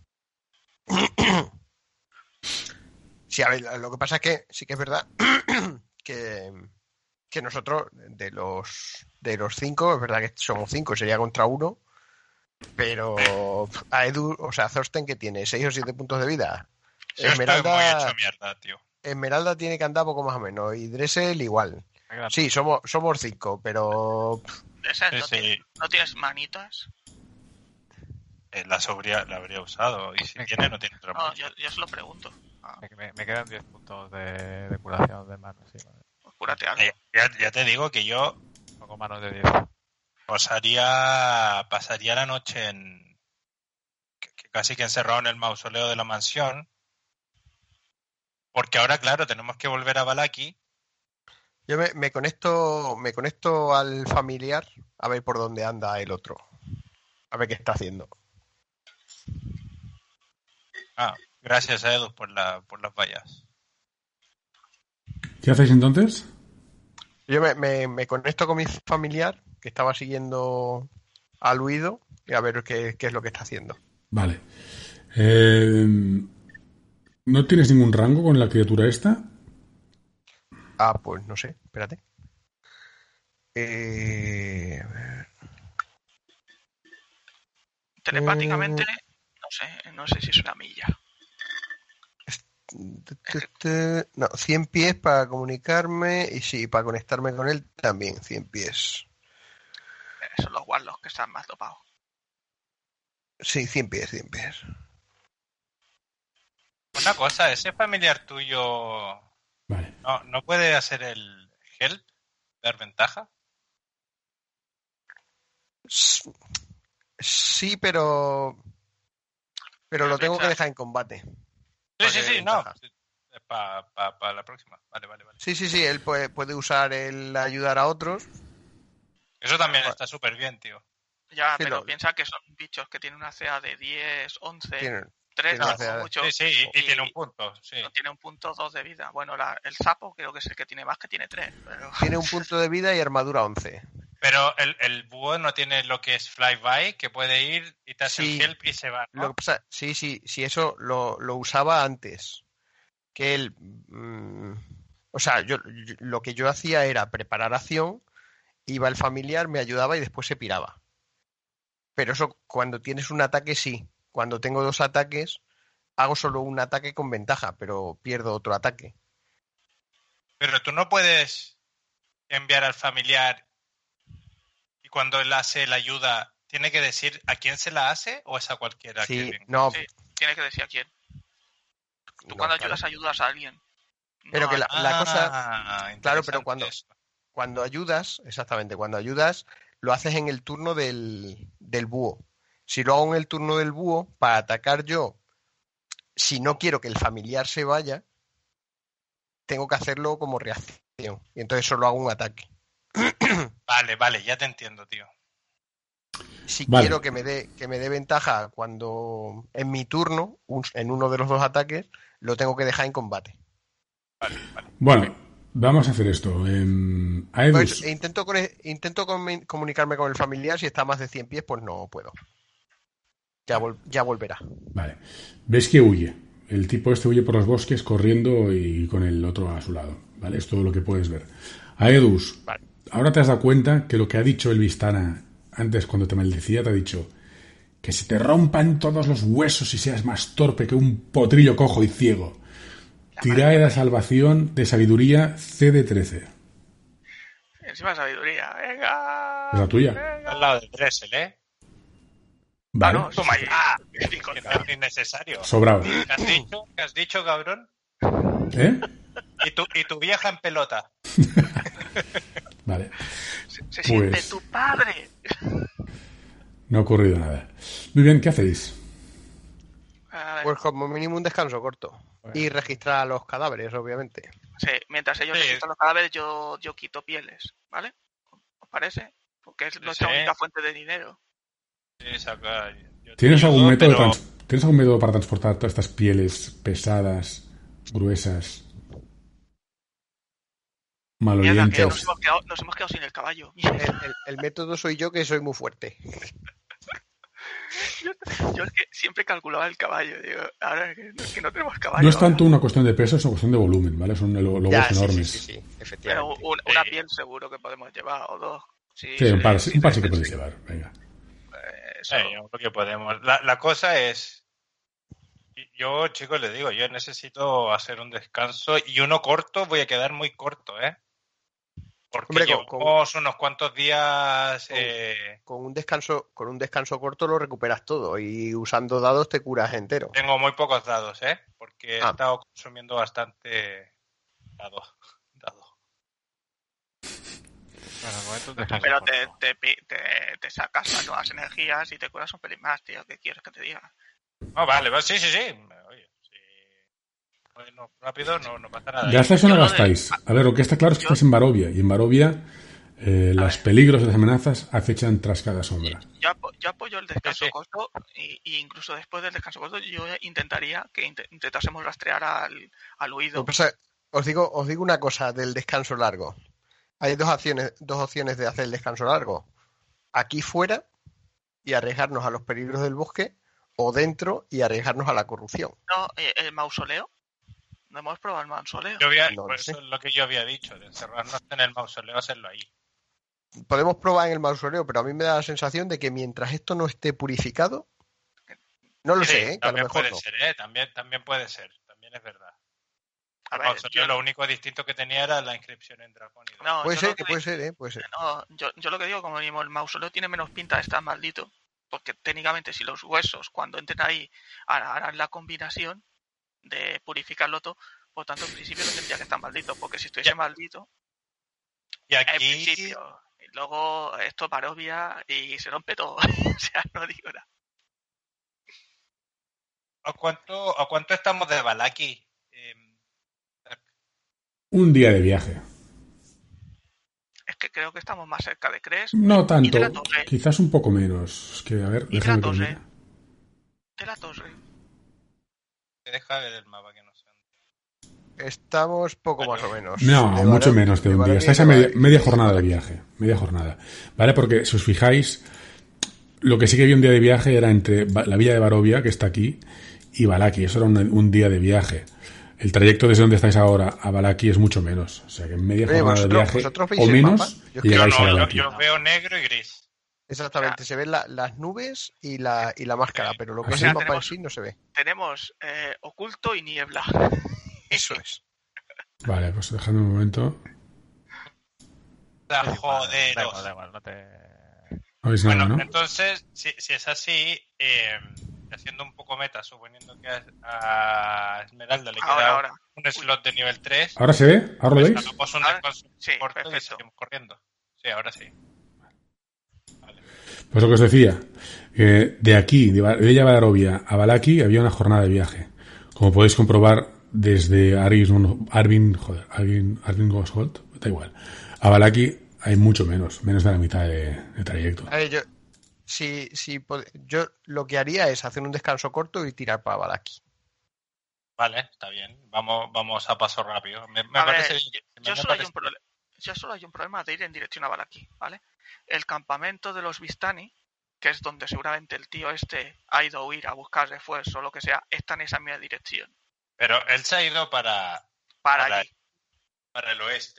Sí, a ver, lo que pasa es que sí que es verdad que, que nosotros, de los de los cinco, es verdad que somos cinco, sería contra uno, pero a Edu, o sea, Thorsten, que tiene seis o siete puntos de vida. yo estoy muy Esmeralda, hecho mierda, tío. Esmeralda tiene que andar poco más o menos, y Dressel igual. Sí, somos, somos cinco, pero Esa Sí, no, sí. tiene- ¿No tienes manitas? Eh, la, sobria, la habría usado y si tiene, no tiene otra No, mucha. yo, yo se lo pregunto. Ah, Me, me- me quedan diez puntos de, de curación de manos, sí. Vale. pues cúrate algo. Eh, ya, ya te digo que yo Pongo manos de diez. pasaría, pasaría la noche en que, que casi que encerrado en el mausoleo de la mansión, porque ahora, claro, tenemos que volver a Balaki. yo me, me conecto, me conecto al familiar a ver por dónde anda el otro. A ver qué está haciendo. Ah, gracias a Edu por, la, por las vallas. ¿Qué hacéis entonces? Yo me, me, me conecto con mi familiar, que estaba siguiendo al huido, y a ver qué, qué es lo que está haciendo. Vale. Eh, ¿No tienes ningún rango con la criatura esta? Ah, pues no sé, espérate. Eh, a ver. Telepáticamente, Mm. no sé, no sé si es una milla. No, cien pies para comunicarme y sí, para conectarme con él también, cien pies. Eh, Son los warlocks que están más dopados. Sí, cien pies, cien pies. Una cosa, ese familiar tuyo Vale. no, no puede hacer el help, dar ventaja. S- Sí, pero... Pero lo tengo que dejar en combate. Sí, Para sí, que sí, dé no. ventaja. Para pa, pa la próxima. Vale, vale, vale. Sí, sí, sí, él puede, puede usar el ayudar a otros. Eso también Vale. está súper bien, tío. Ya, Sí, pero lo- piensa que son bichos que tienen una C A de diez, once, Tiene, tres, tiene una no, C A de- como mucho. Sí, sí, y, y Y- tiene un punto. Sí. No tiene un punto dos de vida. Bueno, la- el sapo creo que es el que tiene más, que tiene tres. Pero... tiene un punto de vida y armadura once. Pero el, el búho no tiene lo que es flyby, que puede ir y te hace Sí. el help y se va, Lo ¿no? que pasa, sí, sí, sí, eso lo, lo usaba antes. Que él, mm, o sea, yo, yo- lo que yo hacía era preparar acción iba el familiar, me ayudaba y después se piraba. Pero eso cuando tienes un ataque sí. Cuando tengo dos ataques, hago solo un ataque con ventaja, pero pierdo otro ataque. Pero tú no puedes enviar al familiar y cuando él hace la ayuda, ¿tiene que decir a quién se la hace o es a cualquiera? Sí, que no, Sí, tienes que decir a quién. Tú no, cuando claro. ayudas, ayudas a alguien. Pero No que a- la, la cosa, Ah, claro, interesante pero cuando, eso. cuando ayudas, exactamente, cuando ayudas, lo haces en el turno del, del búho. Si lo hago en el turno del búho, para atacar yo, si no quiero que el familiar se vaya, tengo que hacerlo como reacción. Y entonces solo hago un ataque. Vale, vale, ya te entiendo, tío. Si Vale. quiero que me dé que me dé ventaja cuando en mi turno, un- en uno de los dos ataques, lo tengo que dejar en combate. Vale, vale. Bueno, vamos a hacer esto. Eh, Aedus, Pues, intento con- intento comi- comunicarme con el familiar, si está a más de cien pies, pues no puedo. Ya, vol- ya volverá. vale. Ves que huye. El tipo este huye por los bosques corriendo y con el otro a su lado. ¿Vale? Es todo lo que puedes ver. Aedus, Vale. ahora te has dado cuenta que lo que ha dicho el Vistana antes cuando te maldecía, te ha dicho que se te rompan todos los huesos y seas más torpe que un potrillo cojo y ciego. Tirae de salvación de sabiduría C D trece. Encima sabiduría. Venga. ¿Es la tuya? venga. Al lado de Dressel, ¿eh? Vale. Ah, no, Toma sí, ya. sí, Que no es innecesario. Sobrado. ¿Qué has dicho? ¿Qué has dicho, cabrón? ¿Eh? ¿Y tu, y tu vieja en pelota? Vale. Se, se Pues- siente tu padre. No ha ocurrido nada. Muy bien, ¿qué hacéis? A ver, Pues como mínimo un descanso corto. Y registrar a los cadáveres, obviamente. sí, mientras ellos Sí. registran los cadáveres, yo, yo quito pieles, ¿vale? ¿Os parece? Porque es Sí, nuestra sí. única fuente de dinero. Sí, saca. Yo te ¿Tienes ayudo, algún método de pero- trans- ¿Tienes algún método para transportar todas estas pieles pesadas, gruesas, Mierda, que malolientes? nos hemos, quedado, nos hemos quedado sin el caballo. El, el- el método soy yo, que soy muy fuerte. Yo es que siempre calculaba el caballo, digo, ahora es que no, es que no tenemos caballo. No es tanto una cuestión de peso, es una cuestión de volumen, ¿vale? Son lo- lobos Ya, sí, sí, enormes. sí, sí, Pero efectivamente. un- una Sí. piel seguro que podemos llevar, o dos. Sí, Sí, un par, sí, un par sí que sí, podéis sí. llevar. Venga. Eh, eso. Sí, yo creo que podemos. La, la cosa es. Yo, chicos, les digo, yo necesito hacer un descanso y uno corto, voy a quedar muy corto, ¿eh? Porque Hombre, con- llevamos unos cuantos días. Con- eh, Con un descanso, con un descanso corto lo recuperas todo. Y usando dados te curas entero. Tengo muy pocos dados, ¿eh? Porque he Ah. estado consumiendo bastante dado. dado. Bueno, de momento descanso Pero te, corto. te, pi- te, te sacas las nuevas energías y te curas un pelín más, tío. ¿Qué quieres que te diga? No, vale, vale, sí, sí, sí. Oye, sí. Bueno, rápido, no, no pasa nada. ¿Gastáis o no Yo lo de- gastáis? A ver, lo que está claro es que Yo- estáis en Barovia. Y en Barovia eh, los peligros y las amenazas acechan tras cada sombra. Yo, apo- yo apoyo el descanso Sí, sí. corto y, y incluso después del descanso corto yo intentaría que int- intentásemos rastrear al, al Lo huido. que pasa- os digo, os digo una cosa del descanso largo. Hay dos opciones, dos opciones de hacer el descanso largo. Aquí fuera y arriesgarnos a los peligros del bosque, o dentro y arriesgarnos a la corrupción. No, eh, el mausoleo. No hemos probado el mausoleo. Yo había, No lo por sé. eso es lo que yo había dicho, de encerrarnos en el mausoleo, hacerlo ahí. Podemos probar en el mausoleo, pero a mí me da la sensación de que mientras esto no esté purificado, no lo Sí, sé, ¿eh? que a lo también mejor puede no. ser, ¿eh? También, también puede ser, también es verdad. A El ver, mausoleo, yo- lo único distinto que tenía era la inscripción en dracónido. no, Puede yo ser, lo que que puede di- ser, ¿eh? Puede ser. no, yo, yo lo que digo, como mínimo, el mausoleo tiene menos pinta de estar maldito. Porque técnicamente, si los huesos, cuando entren ahí, hará- harán la combinación de purificarlo todo, por tanto, en principio no tendría que estar maldito. Porque si estuviese Ya. maldito, Y en aquí, principio, y luego esto Barovia y se rompe todo. O sea, no digo nada. ¿a cuánto, ¿a cuánto estamos de Balaki? Eh, Un día de viaje. Es que creo que estamos más cerca de Cres. No tanto, Y de la torre. quizás un poco menos. Es que, a ver, Y de déjame la que lo torre. mire. De la torre. deja ver el mapa que no sé. Estamos poco más o menos. No, De mucho Baro- menos de un día. Barovia Estáis a y de media, Barovia. media jornada de viaje. Media jornada. ¿Vale? Porque si os fijáis, lo que sí que había un día de viaje era entre Ba- la villa de Barovia, que está aquí, y Balaki. Eso era un, un día de viaje. el trayecto desde donde estáis ahora a Valaki es mucho menos. O sea que en media Oye, jornada de vosotros- viaje vosotros veis o el menos mapa. Yo es que y llegáis Yo a no, yo, Valaki. yo veo negro y gris. Exactamente, se ven la- las nubes y la, y la máscara, pero lo que ¿Ah, es sí? el mapa en Tenemos- sí no se ve. Tenemos eh, oculto y niebla. Eso es. Vale, pues dejadme un momento. Da, Da igual, da joderos. igual, da igual, no te... No veis Bueno, nada, ¿no? entonces, si, si es así, eh, haciendo un poco meta, suponiendo que a, a Esmeralda le Ahora, queda ahora. un slot de nivel tres, ¿Ahora se ve? ¿Ahora lo pues veis? hagamos un Ahora- descanso sí, corto y perfecto. seguimos corriendo. Sí, ahora sí. Pues lo que os decía, que de aquí, de Va- de Bella Barovia a Valaki, había una jornada de viaje. Como podéis comprobar desde Arvin, Arvin, joder, Arvin, Arvin Gosholt, da igual. A Valaki hay mucho menos, menos de la mitad de, de trayecto. A ver, yo, si, si, pod- yo lo que haría es hacer un descanso corto y tirar para Valaki. Vale, está bien. Vamos, vamos a paso rápido. Me, me A ver, parece yo, bien. yo Me solo hay parece un problema. Yo solo hay un problema de ir en dirección a Valaki, ¿vale? El campamento de los Vistani, que es donde seguramente el tío este ha ido a huir a buscar refuerzo o lo que sea, está en esa misma dirección. Pero él se ha ido para, Para Para- allí. para el oeste.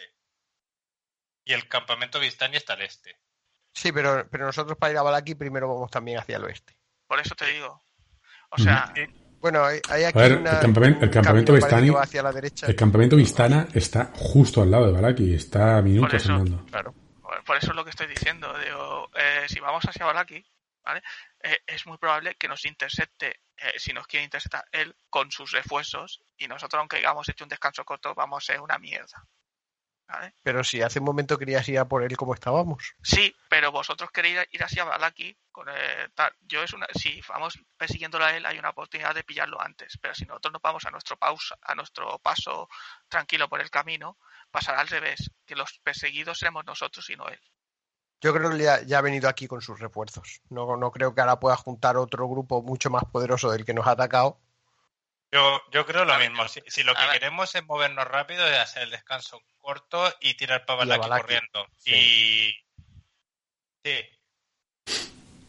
Y el campamento Vistani está al este. Sí, pero, pero nosotros para ir a Valaki primero vamos también hacia el oeste. Por eso te digo. O sea, Bueno, hay, hay aquí A ver, una, el campamen- el un campamento camino, parece Vistani- que va hacia la derecha. El campamento Vistana está justo al lado de Valaki, está a Por minutos eso. andando. Claro. por por eso es lo que estoy diciendo. Digo, eh, si vamos hacia Valaki, ¿vale? Eh, es muy probable que nos intercepte, eh, si nos quiere interceptar él, con sus refuerzos, y nosotros, aunque hayamos hecho un descanso corto, vamos a ser una mierda. ¿Vale? Pero si hace un momento querías ir a por él como estábamos. Sí, pero vosotros queréis ir hacia Valaki con eh, tal. Yo es una, si vamos persiguiéndolo a él, hay una oportunidad de pillarlo antes. Pero si nosotros nos vamos a nuestro pausa, a nuestro paso tranquilo por el camino, pasará al revés, que los perseguidos seremos nosotros y no él. Yo creo que ya, ya ha venido aquí con sus refuerzos. No, no creo que ahora pueda juntar otro grupo mucho más poderoso del que nos ha atacado. Yo, yo creo lo A ver, mismo. Si, si lo a que ver. queremos es movernos rápido, es hacer el descanso corto y tirar para Y a Valaki Valaki. corriendo. Sí. Y. Sí.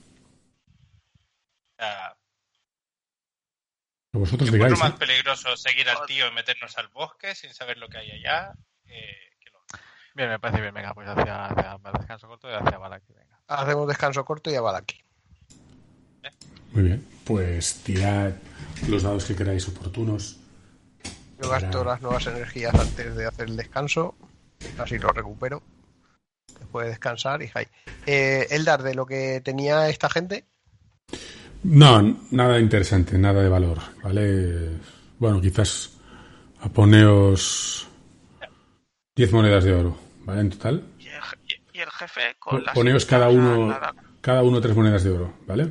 O sea, Que vosotros es digáis, mucho más ¿eh? peligroso seguir al tío y meternos al bosque sin saber lo que hay allá. Que, que lo... Bien, me parece bien. Venga, pues hacia, hacia descanso corto y hacia Valaki, venga. Hacemos descanso corto y a Valaki. Muy bien, pues tirad los dados que queráis oportunos. Yo gasto Para- las nuevas energías antes de hacer el descanso. Así lo recupero. Después de descansar y high. Eh, Eldar, de lo que tenía esta gente, No, nada interesante, nada de valor, ¿vale? Bueno, quizás a poneos diez monedas de oro, ¿vale? En total. Y el, je- y el jefe con las Poneos cada cimitarras, uno, nada. cada uno tres monedas de oro, ¿vale?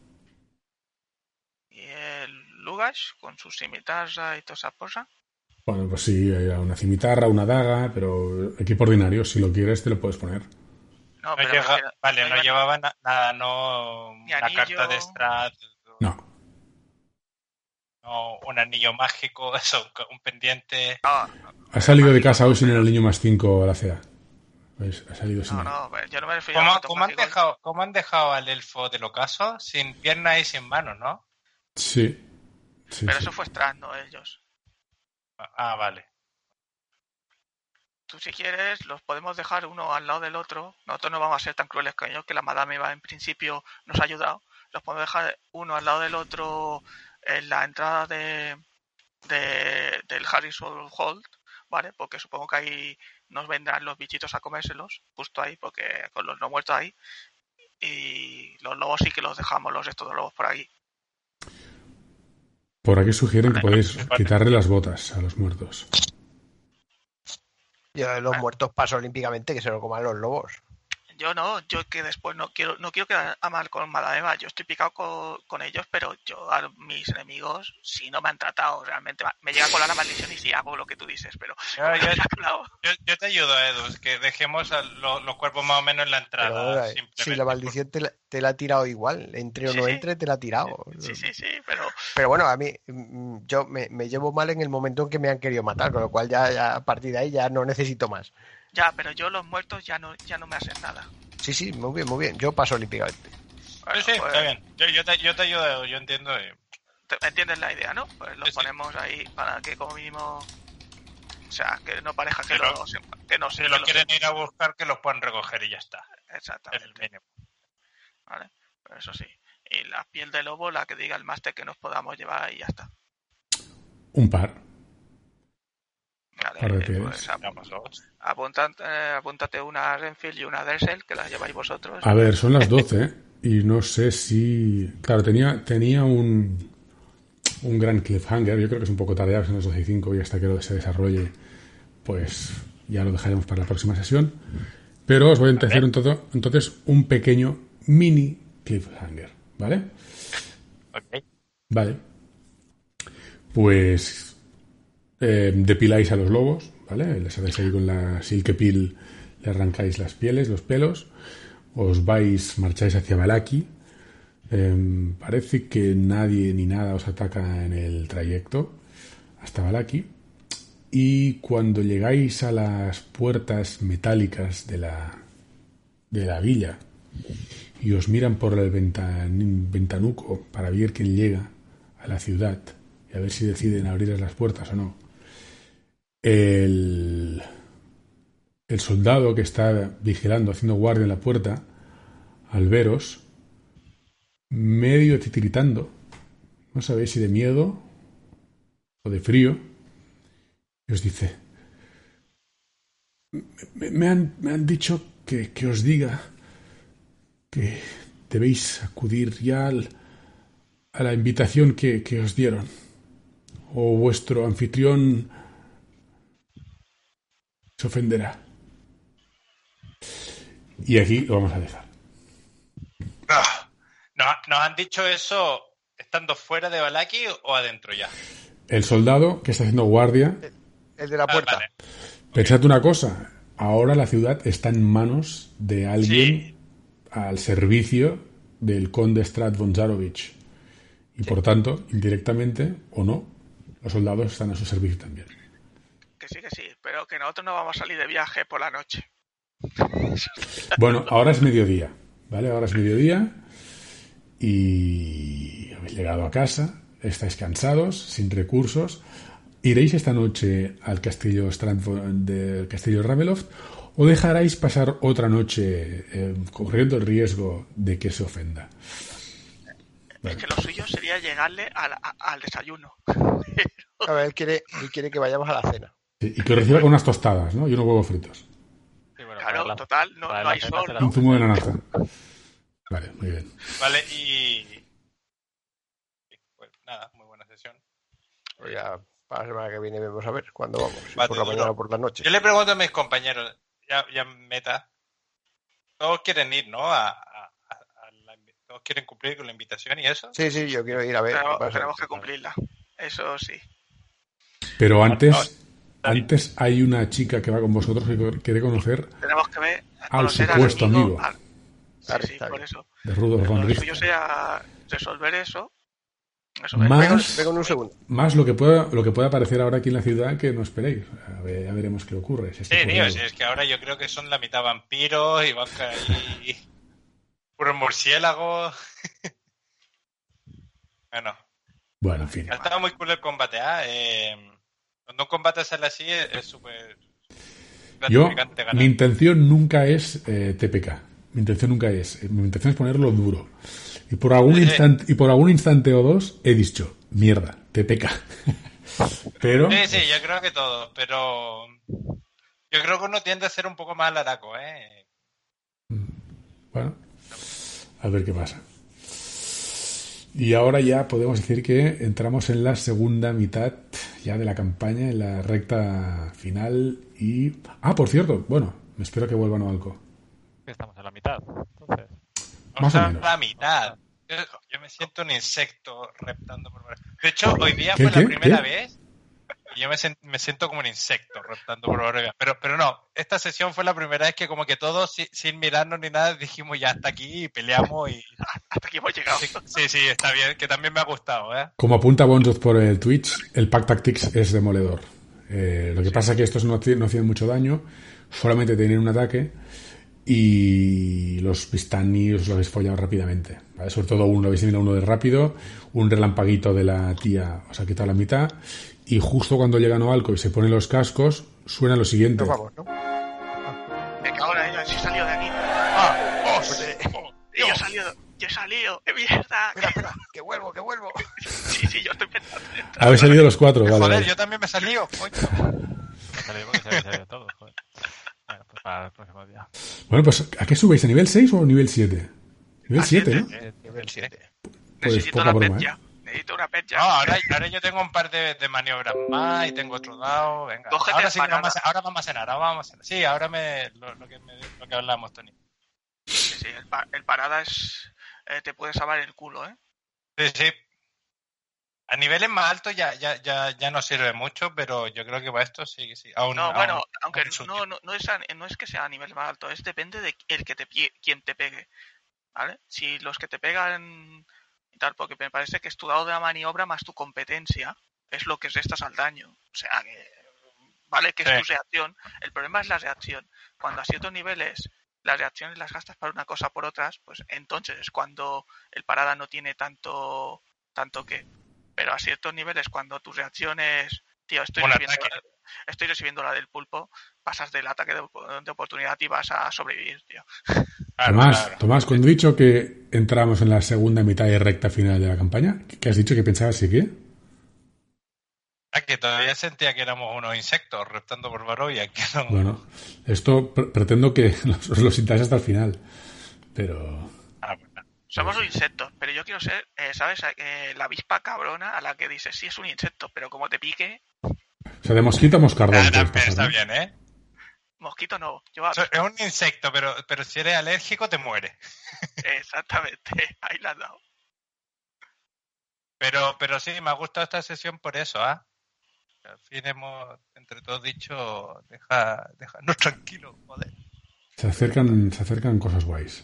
Y el Lugash con su cimitarra y toda esa cosa. Bueno, pues sí, hay una cimitarra, una daga, pero equipo ordinario, si lo quieres te lo puedes poner. No, No pero llega- me refiero- vale, no iban- llevaba na- nada, no Ni una anillo. carta de Strat, No, no un anillo mágico, eso, un pendiente. No, ha salido de casa hoy sin el niño más cinco a la C E A. ¿Veis? Ha salido sin no, él. no, yo no me refiero a ¿Cómo, objetos cómo han mágicos. dejado, ¿Cómo han dejado al elfo del ocaso? Sin piernas y sin manos, ¿no? Sí. sí, Pero sí. eso fue Strat, no ellos. Ah, vale. Tú si quieres los podemos dejar uno al lado del otro. Nosotros no vamos a ser tan crueles con ellos, que la madame va en principio nos ha ayudado. Los podemos dejar uno al lado del otro en la entrada de, de del Harrison Holt, ¿vale? Porque supongo que ahí nos vendrán los bichitos a comérselos, justo ahí, porque con los no muertos ahí. Y los lobos sí que los dejamos, los restos de lobos por ahí. Por aquí sugieren que podéis Vale. quitarle las botas a los muertos. yo de los Ah. muertos paso olímpicamente que se lo coman los lobos. Yo no, yo que después no quiero no quiero quedar a mal con Madame Eva. Yo estoy picado con, con ellos, pero yo a mis enemigos sí no me han tratado realmente mal. Me llega a colar la maldición y sí hago lo que tú dices, pero Yo, yo- me ha colado. yo- yo te ayudo, Edu, que dejemos a lo- los cuerpos más o menos en la Pero, entrada. eh, simplemente. si la maldición te la, te la ha tirado igual, entre o Sí, no sí. entre, te la ha tirado. Sí, sí, sí, pero Pero bueno, a mí, mm, yo me, me llevo mal en el momento en que me han querido matar, con lo cual ya, ya a partir de ahí ya no necesito más. ya, pero yo los muertos ya no ya no me hacen nada. Sí, sí, muy bien, muy bien. Yo paso olímpicamente. Sí, Bueno, sí, pues, está bien. Yo, yo, te, yo te ayudo, yo entiendo. eh. ¿te entiendes la idea, no? Pues los Sí, sí. ponemos ahí para que como mínimo... O sea, que no parezca que, Que lo, lo- que no Si sé. lo que quieren ir a buscar, que los puedan recoger y ya está. Es el Exactamente. mínimo. ¿Vale? Pero eso sí. Y la piel de lobo, la que diga el máster que nos podamos llevar y ya está. Un par. Vale, Par de eh, pieles. pues ap- Vamos, dos. apunta- eh, apúntate una Renfield y una Dersel, que las lleváis vosotros. A ver, son las doce, ¿eh? Y no sé si... Claro, tenía, tenía un, un gran cliffhanger. Yo creo que es un poco tarde, son las doce y cinco y hasta que lo se desarrolle, pues ya lo dejaremos para la próxima sesión. Pero os voy a hacer entonces, entonces un pequeño mini cliffhanger, ¿vale? Ok. Vale. Pues eh, depiláis a los lobos, ¿vale? Les hacéis ahí con la silke peel, le arrancáis las pieles, los pelos, os vais, marcháis hacia Valaki. Eh, parece que nadie ni nada os ataca en el trayecto hasta Valaki. Y cuando llegáis a las puertas metálicas de la, de la villa y os miran por el ventan, ventanuco para ver quién llega a la ciudad y a ver si deciden abrirles las puertas o no, el, el soldado que está vigilando, haciendo guardia en la puerta, al veros, medio titiritando, no sabéis si de miedo o de frío, y os dice: me, me, han, me han dicho que, que os diga que debéis acudir ya al, a la invitación que, que os dieron, o vuestro anfitrión se ofenderá. Y aquí lo vamos a dejar. Ah, ¿Nos, ¿Nos han dicho eso estando fuera de Valaki o adentro ya? El soldado que está haciendo guardia, El de la Ah, puerta. vale. pensad una cosa, ahora la ciudad está en manos de alguien Sí. al servicio del conde Strat von Zarovich. Y por tanto, indirectamente o no, los soldados están a su servicio también. Que sí, que sí, pero que nosotros no vamos a salir de viaje por la noche. Bueno, ahora es mediodía, ¿vale? Ahora es mediodía y habéis llegado a casa, estáis cansados, sin recursos. ¿Iréis esta noche al castillo Strandford, del castillo Ravenloft, o dejaréis pasar otra noche eh, corriendo el riesgo de que se ofenda? Es que lo suyo sería llegarle al, a- al desayuno. A ver, él quiere, él quiere que vayamos a la cena. Sí, y que os reciba con unas tostadas, ¿no? Y unos huevos fritos. Sí, bueno, Claro, para la- total, no, para no la hay cena sol, será Un ¿no? zumo de naranja. Vale, muy bien. Vale, y... Pues nada, muy buena sesión. Pues ya para la semana que viene vamos a ver cuándo vamos. Si Bate por la duro. mañana o por la noche. Yo le pregunto a mis compañeros, ya, ya meta, todos quieren ir, ¿no? A, a- a- a la invi- todos quieren cumplir con la invitación y eso. Sí, sí, yo quiero ir a ver. qué Tenemos, pasa. tenemos que cumplirla. Eso sí. Pero antes, no, está bien. antes hay una chica que va con vosotros que quiere conocer Tenemos que ver. al conocer supuesto amigo al- Sí, Claro, sí, está por bien. eso. de Rudolf von Lo suyo Richter. sea resolver eso. Eso es. Más- Venga, venga un segundo. Más lo que pueda lo que pueda aparecer ahora aquí en la ciudad que no esperéis. A ver, ya veremos qué ocurre. Si es que Sí, ocurre tío, algo. si es que ahora yo creo que son la mitad vampiros y van ahí puros murciélagos. Bueno, Bueno, en fin. ha estado muy cool el combate, ¿ah? Eh, cuando un combate sale así es es súper Yo, gratificante ganar. mi intención nunca es eh, T P K. Mi intención nunca es. eh, Mi intención es ponerlo duro. Y por algún Sí, sí. instante, y por algún instante o dos he dicho, mierda, T P K. Pero, Sí, sí, yo creo que todo, pero yo creo que uno tiende a ser un poco más laraco, ¿eh? bueno, a ver qué pasa. Y ahora ya podemos decir que entramos en la segunda mitad ya de la campaña, en la recta final y... Ah, por cierto, bueno, me espero que vuelva Noalco. Estamos en la mitad. Entonces, Más o sea, menos. la mitad. Yo, yo me siento un insecto reptando por... De hecho, hoy día ¿Qué, fue qué, la primera qué? vez y yo me, sen- me siento como un insecto reptando por Barrega. Pero, pero no, esta sesión fue la primera vez que como que todos, si- sin mirarnos ni nada, dijimos ya hasta aquí y peleamos y... Hasta aquí hemos llegado. Sí, sí, sí, está bien, que también me ha gustado, ¿eh? Como apunta Bonzoz por el Twitch, el Pack Tactics es demoledor. Eh, lo que pasa es que estos no, hacían- no hacían mucho daño, solamente tenían un ataque y los Vistani os lo habéis follado rápidamente, ¿vale? Sobre todo uno, lo habéis eliminado uno de rápido, un relampaguito de la tía os ha quitado la mitad, y justo cuando llega Noalco y se pone los cascos, suena lo siguiente. Nos vamos, ¿no? Me cago en ella, si he salido de aquí. Ah, oh, Pues, eh, Oh, yo he salido, yo he salido, ¡qué mierda! espera, espera, que vuelvo, que vuelvo. Sí, sí, yo estoy pensando. Habéis salido los cuatro, vale, joder, vale. yo también me he salido. Coño. Me salió porque se había salido todo, joder. Bueno, pues para el próximo día. Bueno, pues ¿a qué subéis? ¿A nivel seis o a nivel siete? Nivel A siete, siete, ¿no? Eh, Nivel siete. Pues Necesito poca una broma, pet ¿eh? ya. Necesito una pet ya. No, ahora, ahora yo tengo un par de, de maniobras más y tengo otro dado. Venga, Cógete ahora el sí que parada. vamos a, ahora vamos a cenar, ahora vamos a cenar. Sí, ahora me, lo, lo que, me, lo que hablamos, Tony. Sí, sí, el, pa- el parada es... eh, te puede salvar el culo, ¿eh? Sí, sí. A niveles más altos ya, ya, ya, ya no sirve mucho, pero yo creo que para esto sí, sí. Aún, No, aún- bueno, aunque aún es útil. no, no, no, es a, no es que sea a nivel más alto, es depende de el que te pie- quien te pegue, ¿vale? Si los que te pegan y tal, porque me parece que es tu dado de la maniobra más tu competencia, es lo que restas al daño. O sea, que vale que es Sí. tu reacción, el problema es la reacción. Cuando a ciertos niveles las reacciones las gastas para una cosa o por otras, pues entonces es cuando el parada no tiene tanto, tanto que... Pero a ciertos niveles, cuando tus reacciones, tío, estoy Un recibiendo, ataque. la, estoy recibiendo la del pulpo, pasas del ataque de, de oportunidad y vas a sobrevivir, tío. Claro, Tomás, claro. Tomás, cuando he dicho que entramos en la segunda mitad y recta final de la campaña, ¿qué has dicho que pensabas y qué? Ah, que todavía sentía que éramos unos insectos reptando por Barovia. Que no... Bueno, esto pre- pretendo que los, los sintáis hasta el final, pero... Ah, pues nada. Somos un insecto, pero yo quiero ser, eh, ¿sabes? Eh, la avispa cabrona a la que dices, sí, es un insecto, pero como te pique, O sea, de mosquito a moscardón. Ah, puedes también pasar, está ¿no? bien, ¿eh? mosquito no. Yo a- So- Es un insecto, pero, pero si eres alérgico te mueres. Exactamente, ahí la has dado. Pero, pero sí, me ha gustado esta sesión por eso, ¿ah? Al fin hemos, entre todos dicho, deja, déjanos tranquilos, joder. Se acercan, se acercan cosas guays.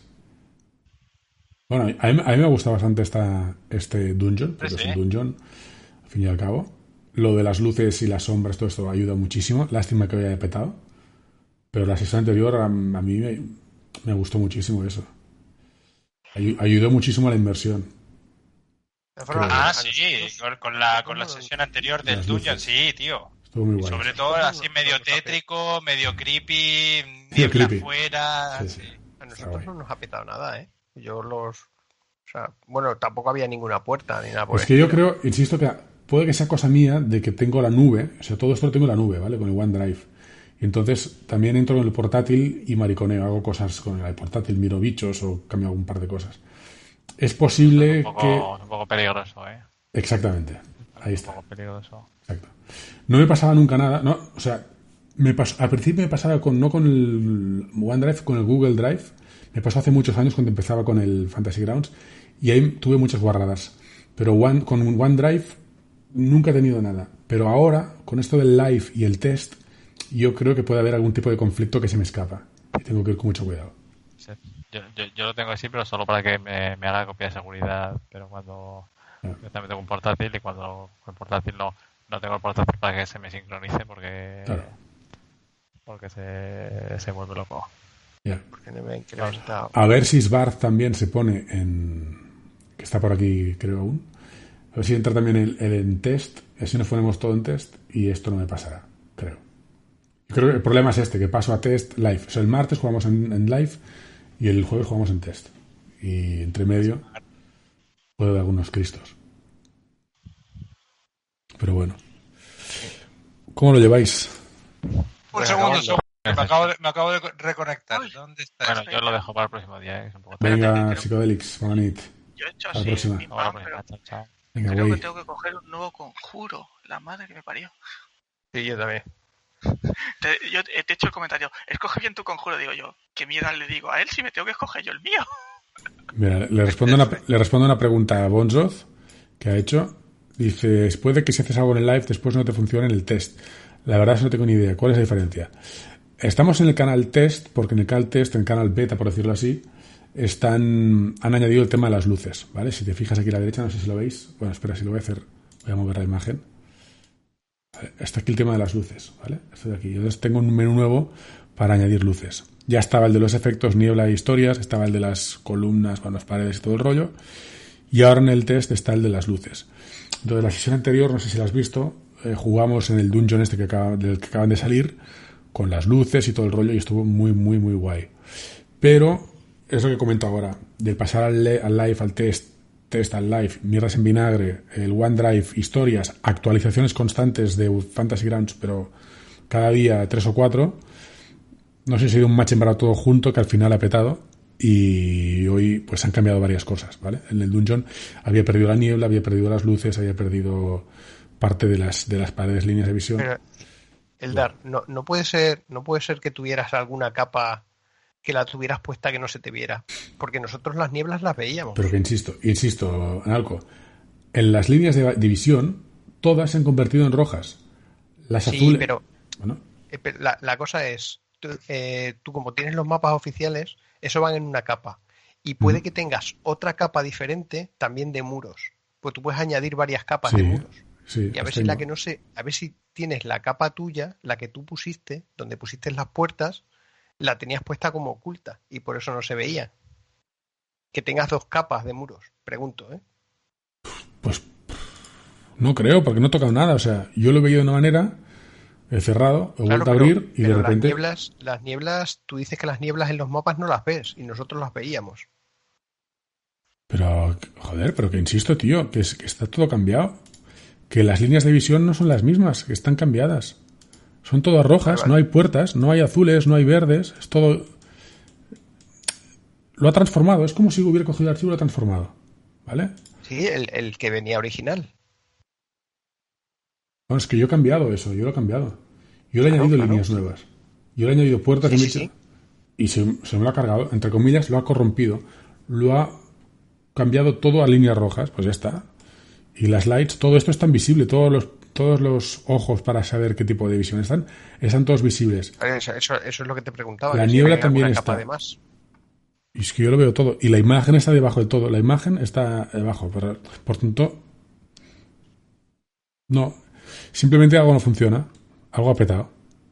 Bueno, a mí, a mí me gusta bastante esta, este dungeon, porque Sí, es sí. un dungeon, al fin y al cabo. Lo de las luces y las sombras, todo esto ayuda muchísimo. Lástima que haya petado. Pero la sesión anterior a, a mí me, me gustó muchísimo eso. Ayu- ayudó muchísimo a la inversión. De forma, Ah, a sí, nosotros- con, con la, con la nosotros- sesión anterior del Las Dungeon, luces. sí, tío. Estuvo muy Y guay. sobre todo Nosotros así no- medio no nos ha tétrico, medio creepy, Medio niebla creepy. afuera. Sí, Sí, sí. A Está nosotros guay. no nos ha petado nada, ¿eh? Yo los... O sea, bueno, tampoco había ninguna puerta ni nada por Es el que yo estilo. creo, insisto, que puede que sea cosa mía de que tengo la nube, o sea, todo esto lo tengo en la nube, ¿vale? Con el OneDrive. Y entonces también entro en el portátil y mariconeo, hago cosas con el portátil, miro bichos o cambio algún par de cosas. Es posible Es un poco, que... es un poco peligroso, ¿eh? Exactamente, ahí Es está. un poco peligroso. Exacto. No me pasaba nunca nada, no, o sea, me pas- al principio me pasaba con, no con el OneDrive, con el Google Drive. Me pasó hace muchos años cuando empezaba con el Fantasy Grounds y ahí tuve muchas guarradas. Pero One, con OneDrive nunca he tenido nada. Pero ahora, con esto del live y el test, yo creo que puede haber algún tipo de conflicto que se me escapa. Y tengo que ir con mucho cuidado. Sí. Yo, yo, yo lo tengo así, pero solo para que me, me haga copia de seguridad. Pero cuando Ah. yo también tengo un portátil y cuando con el portátil no, no tengo el portátil para que se me sincronice porque Claro. porque se, se vuelve loco. Ya. Porque no me he incrementado. A ver si Svarth también se pone en... que está por aquí, creo aún. A ver si entra también el, el en test. Así nos ponemos todo en test y esto no me pasará, creo. Yo creo que el problema es este, que paso a test live. O sea, el martes jugamos en, en live y el jueves jugamos en test. Y entre medio puede haber algunos cristos. Pero bueno. ¿Cómo lo lleváis? Un Pues segundo, acabando. segundo. Me acabo, de, me acabo de reconectar. Uy. ¿Dónde está? Bueno, yo lo dejo para el próximo día, ¿eh? Es un poco tarde. Venga, creo- Psicodelix, buena nit. Yo he hecho A la así, próxima. pim, Ahora, pam, pues, pero chao, chao. Venga, creo güey. que tengo que coger un nuevo conjuro. La madre que me parió. Sí, yo también. Te, yo te he hecho el comentario, escoge bien tu conjuro, digo yo. ¿Qué mierda le digo a él si me tengo que escoger yo el mío? Mira, le respondo una, le respondo una pregunta a Bonzoth que ha hecho. Dice, puede que si haces algo en el live después no te funcione en el test. La verdad es que no tengo ni idea. ¿Cuál es la diferencia? Estamos en el canal test, porque en el canal test, en el canal beta, por decirlo así, están han añadido el tema de las luces, ¿vale? Si te fijas aquí a la derecha, no sé si lo veis. Bueno, espera, si lo voy a hacer, voy a mover la imagen. Vale, está aquí el tema de las luces, ¿vale? Esto de aquí. Entonces tengo un menú nuevo para añadir luces. Ya estaba el de los efectos niebla e historias, estaba el de las columnas con las paredes y todo el rollo. Y ahora en el test está el de las luces. Entonces, la sesión anterior, no sé si la has visto, eh, jugamos en el dungeon este que acaba, del que acaban de salir, con las luces y todo el rollo, y estuvo muy, muy, muy guay. Pero, es lo que comento ahora, de pasar al, le- al live, al test, test al live, mierdas en vinagre, el OneDrive, historias, actualizaciones constantes de Fantasy Grounds, pero cada día tres o cuatro. No sé si ha sido un match embarrado todo junto que al final ha petado y hoy pues han cambiado varias cosas, ¿vale? En el dungeon había perdido la niebla, había perdido las luces, había perdido parte de las de las paredes, líneas de visión. Pero, Eldar, no, no puede ser, no puede ser que tuvieras alguna capa que la tuvieras puesta que no se te viera, porque nosotros las nieblas las veíamos. Pero que insisto, insisto, Analco, en las líneas de división todas se han convertido en rojas. Las Sí, azules. pero Bueno, Eh, pero La, la cosa es, tú, eh, tú como tienes los mapas oficiales, eso van en una capa. Y puede Ujú. que tengas otra capa diferente también de muros. Pues tú puedes añadir varias capas sí, de muros. sí, Y a las ver si la tengo. que no sé, a ver si tienes la capa tuya, la que tú pusiste, donde pusiste las puertas, la tenías puesta como oculta y por eso no se veía. Que tengas dos capas de muros, pregunto, ¿eh? Pues no creo, porque no he tocado nada. O sea, yo lo he veído de una manera, he cerrado, he Claro, vuelto a pero, abrir y de pero las repente. nieblas, las nieblas, tú dices que las nieblas en los mapas no las ves y nosotros las veíamos. Pero, joder, pero que insisto, tío, que, es, que está todo cambiado. Que las líneas de visión no son las mismas, que están cambiadas. Son todas Vale, rojas, vale. no hay puertas, no hay azules, no hay verdes, es todo. Lo ha transformado, es como si hubiera cogido el archivo y lo ha transformado. ¿Vale? Sí, el, el que venía original. Bueno, es que yo he cambiado eso, yo lo he cambiado. Yo le he Claro, añadido claro. líneas nuevas. Yo le he añadido puertas Sí, y me he sí, hecho- sí. y se, se me lo ha cargado, entre comillas, lo ha corrompido. Lo ha cambiado todo a líneas rojas, pues ya está. Y las lights, todo esto está visible, todos los, todos los ojos para saber qué tipo de visión están, están todos visibles. Eso, eso, eso es lo que te preguntaba. La Que si niebla había también alguna está. capa de más. Y es que yo lo veo todo. Y la imagen está debajo de todo. La imagen está debajo. Por, por tanto, no. Simplemente algo no funciona. Algo ha petado.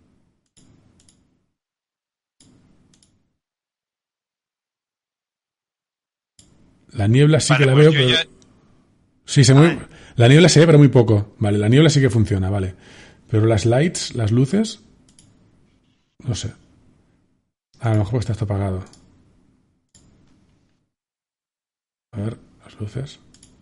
La niebla sí Vale, que la pues veo, yo pero. ya- Sí, se mueve. La niebla se ve, pero muy poco. Vale, la niebla sí que funciona, vale. Pero las lights, las luces. No sé. A lo mejor está esto apagado. A ver, las luces.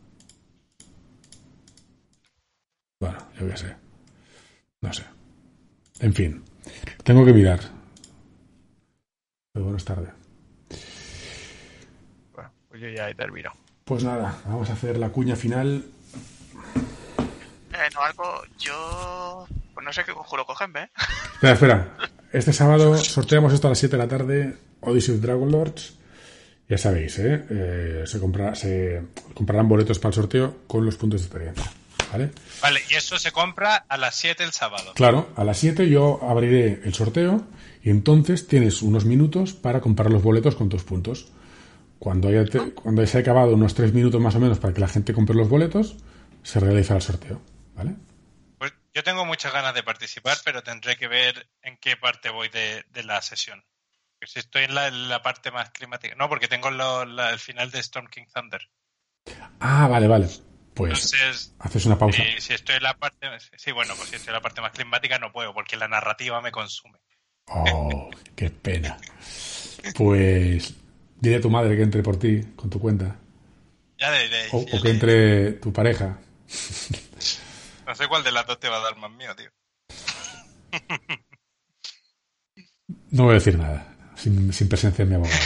Bueno, yo qué sé. No sé. En fin. Tengo que mirar. Pero bueno, es tarde. Bueno, pues yo ya he terminado. Pues nada, vamos a hacer la cuña final. Eh, no, algo, yo... Pues no sé qué conjuro cogen, ¿eh? Espera, espera. Este sábado sorteamos esto a las siete de la tarde. Odyssey of Dragon Lords. Ya sabéis, ¿eh? eh se, compra, se comprarán boletos para el sorteo con los puntos de experiencia. ¿Vale? Vale, y eso se compra a las siete el sábado. Claro, a las siete yo abriré el sorteo y entonces tienes unos minutos para comprar los boletos con tus puntos. Cuando haya, te, cuando haya acabado unos tres minutos más o menos para que la gente compre los boletos, se realiza el sorteo. ¿Vale? Pues yo tengo muchas ganas de participar, pero tendré que ver en qué parte voy de, de la sesión. Porque si estoy en la, en la parte más climática. No, porque tengo lo, la, el final de Storm King Thunder. Ah, vale, vale. Pues Entonces, haces una pausa. Si, si estoy en la parte, sí, bueno, pues si estoy en la parte más climática no puedo, porque la narrativa me consume. Oh, qué pena. Pues dile a tu madre que entre por ti con tu cuenta. Ya de, de, O, ya o que le- entre tu pareja. No sé cuál de las dos te va a dar más mío, tío. No voy a decir nada, sin, sin presencia de mi abogado.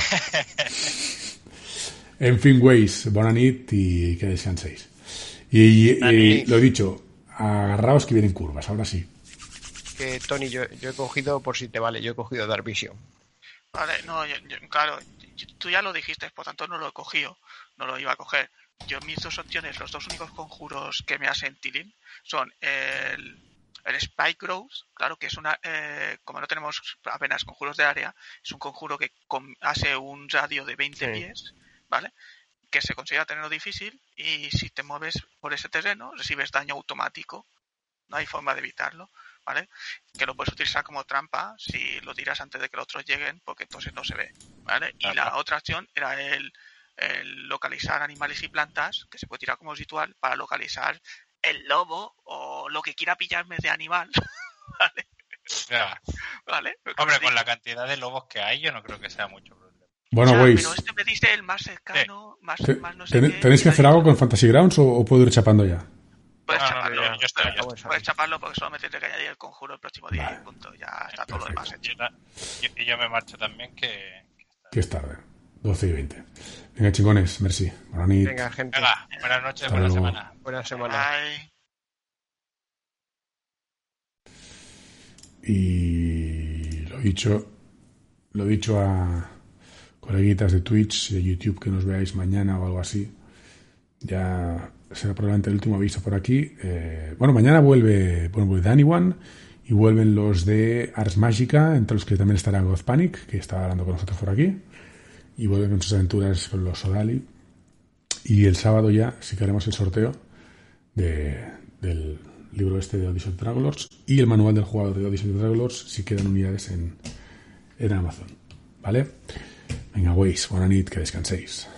En fin, Waze, bona nit y que descanséis. Y, y, y lo he dicho, agarraos que vienen curvas, ahora sí. Que Tony, yo, yo he cogido, por si te vale, yo he cogido Dark Vision. Vale, no, yo- yo- claro, yo- tú ya lo dijiste, por tanto no lo he cogido, no lo iba a coger. Yo mis dos opciones, los dos únicos conjuros que me hacen tilín son el, el Spike Growth, claro que es una, eh, como no tenemos apenas conjuros de área, es un conjuro que con- hace un radio de veinte Sí. pies, ¿vale? Que se considera terreno difícil y si te mueves por ese terreno recibes daño automático, no hay forma de evitarlo. ¿vale? Que lo puedes utilizar como trampa si lo tiras antes de que los otros lleguen, porque entonces no se ve, ¿vale? Y la otra acción era el, el localizar animales y plantas, que se puede tirar como ritual para localizar el lobo o lo que quiera pillarme de animal, ¿vale? Ya. ¿Vale? Hombre, con la cantidad de lobos que hay, yo no creo que sea mucho problema. Bueno, Ya, Waze, pero este me dice el más cercano, más, te- más no sé ten- qué. ¿tenéis que hacer algo con Fantasy Grounds o, o puedo ir chapando ya? Puedes No, no, chaparlo, yo- yo estoy- yo puedes- estoy. puedes chaparlo porque solo me tendré que añadir el conjuro el próximo día Vale. y punto. Ya está todo lo Perfecto. demás hecho. Yo, ta- yo- y yo me marcho también, que... Que es tarde. doce y veinte. Venga, chingones, merci. Buena nit. Venga, gente. Venga, buenas noches, Hasta buena luego. semana. Buena semana. Bye. Y lo dicho, lo dicho a coleguitas de Twitch y de YouTube que nos veáis mañana o algo así. Ya será probablemente el último aviso por aquí. Eh, bueno, mañana vuelve, bueno, vuelve Anyone y vuelven los de Ars Magica, entre los que también estará God Panic, que está hablando con nosotros por aquí. Y vuelven con sus aventuras con los Sodali. Y el sábado ya sí que haremos el sorteo de, del libro este de Odyssey of Dragolords y el manual del jugador de Odyssey of Dragolords si quedan unidades en, en Amazon. ¿Vale? Venga, Waze, buena nit, que descanséis.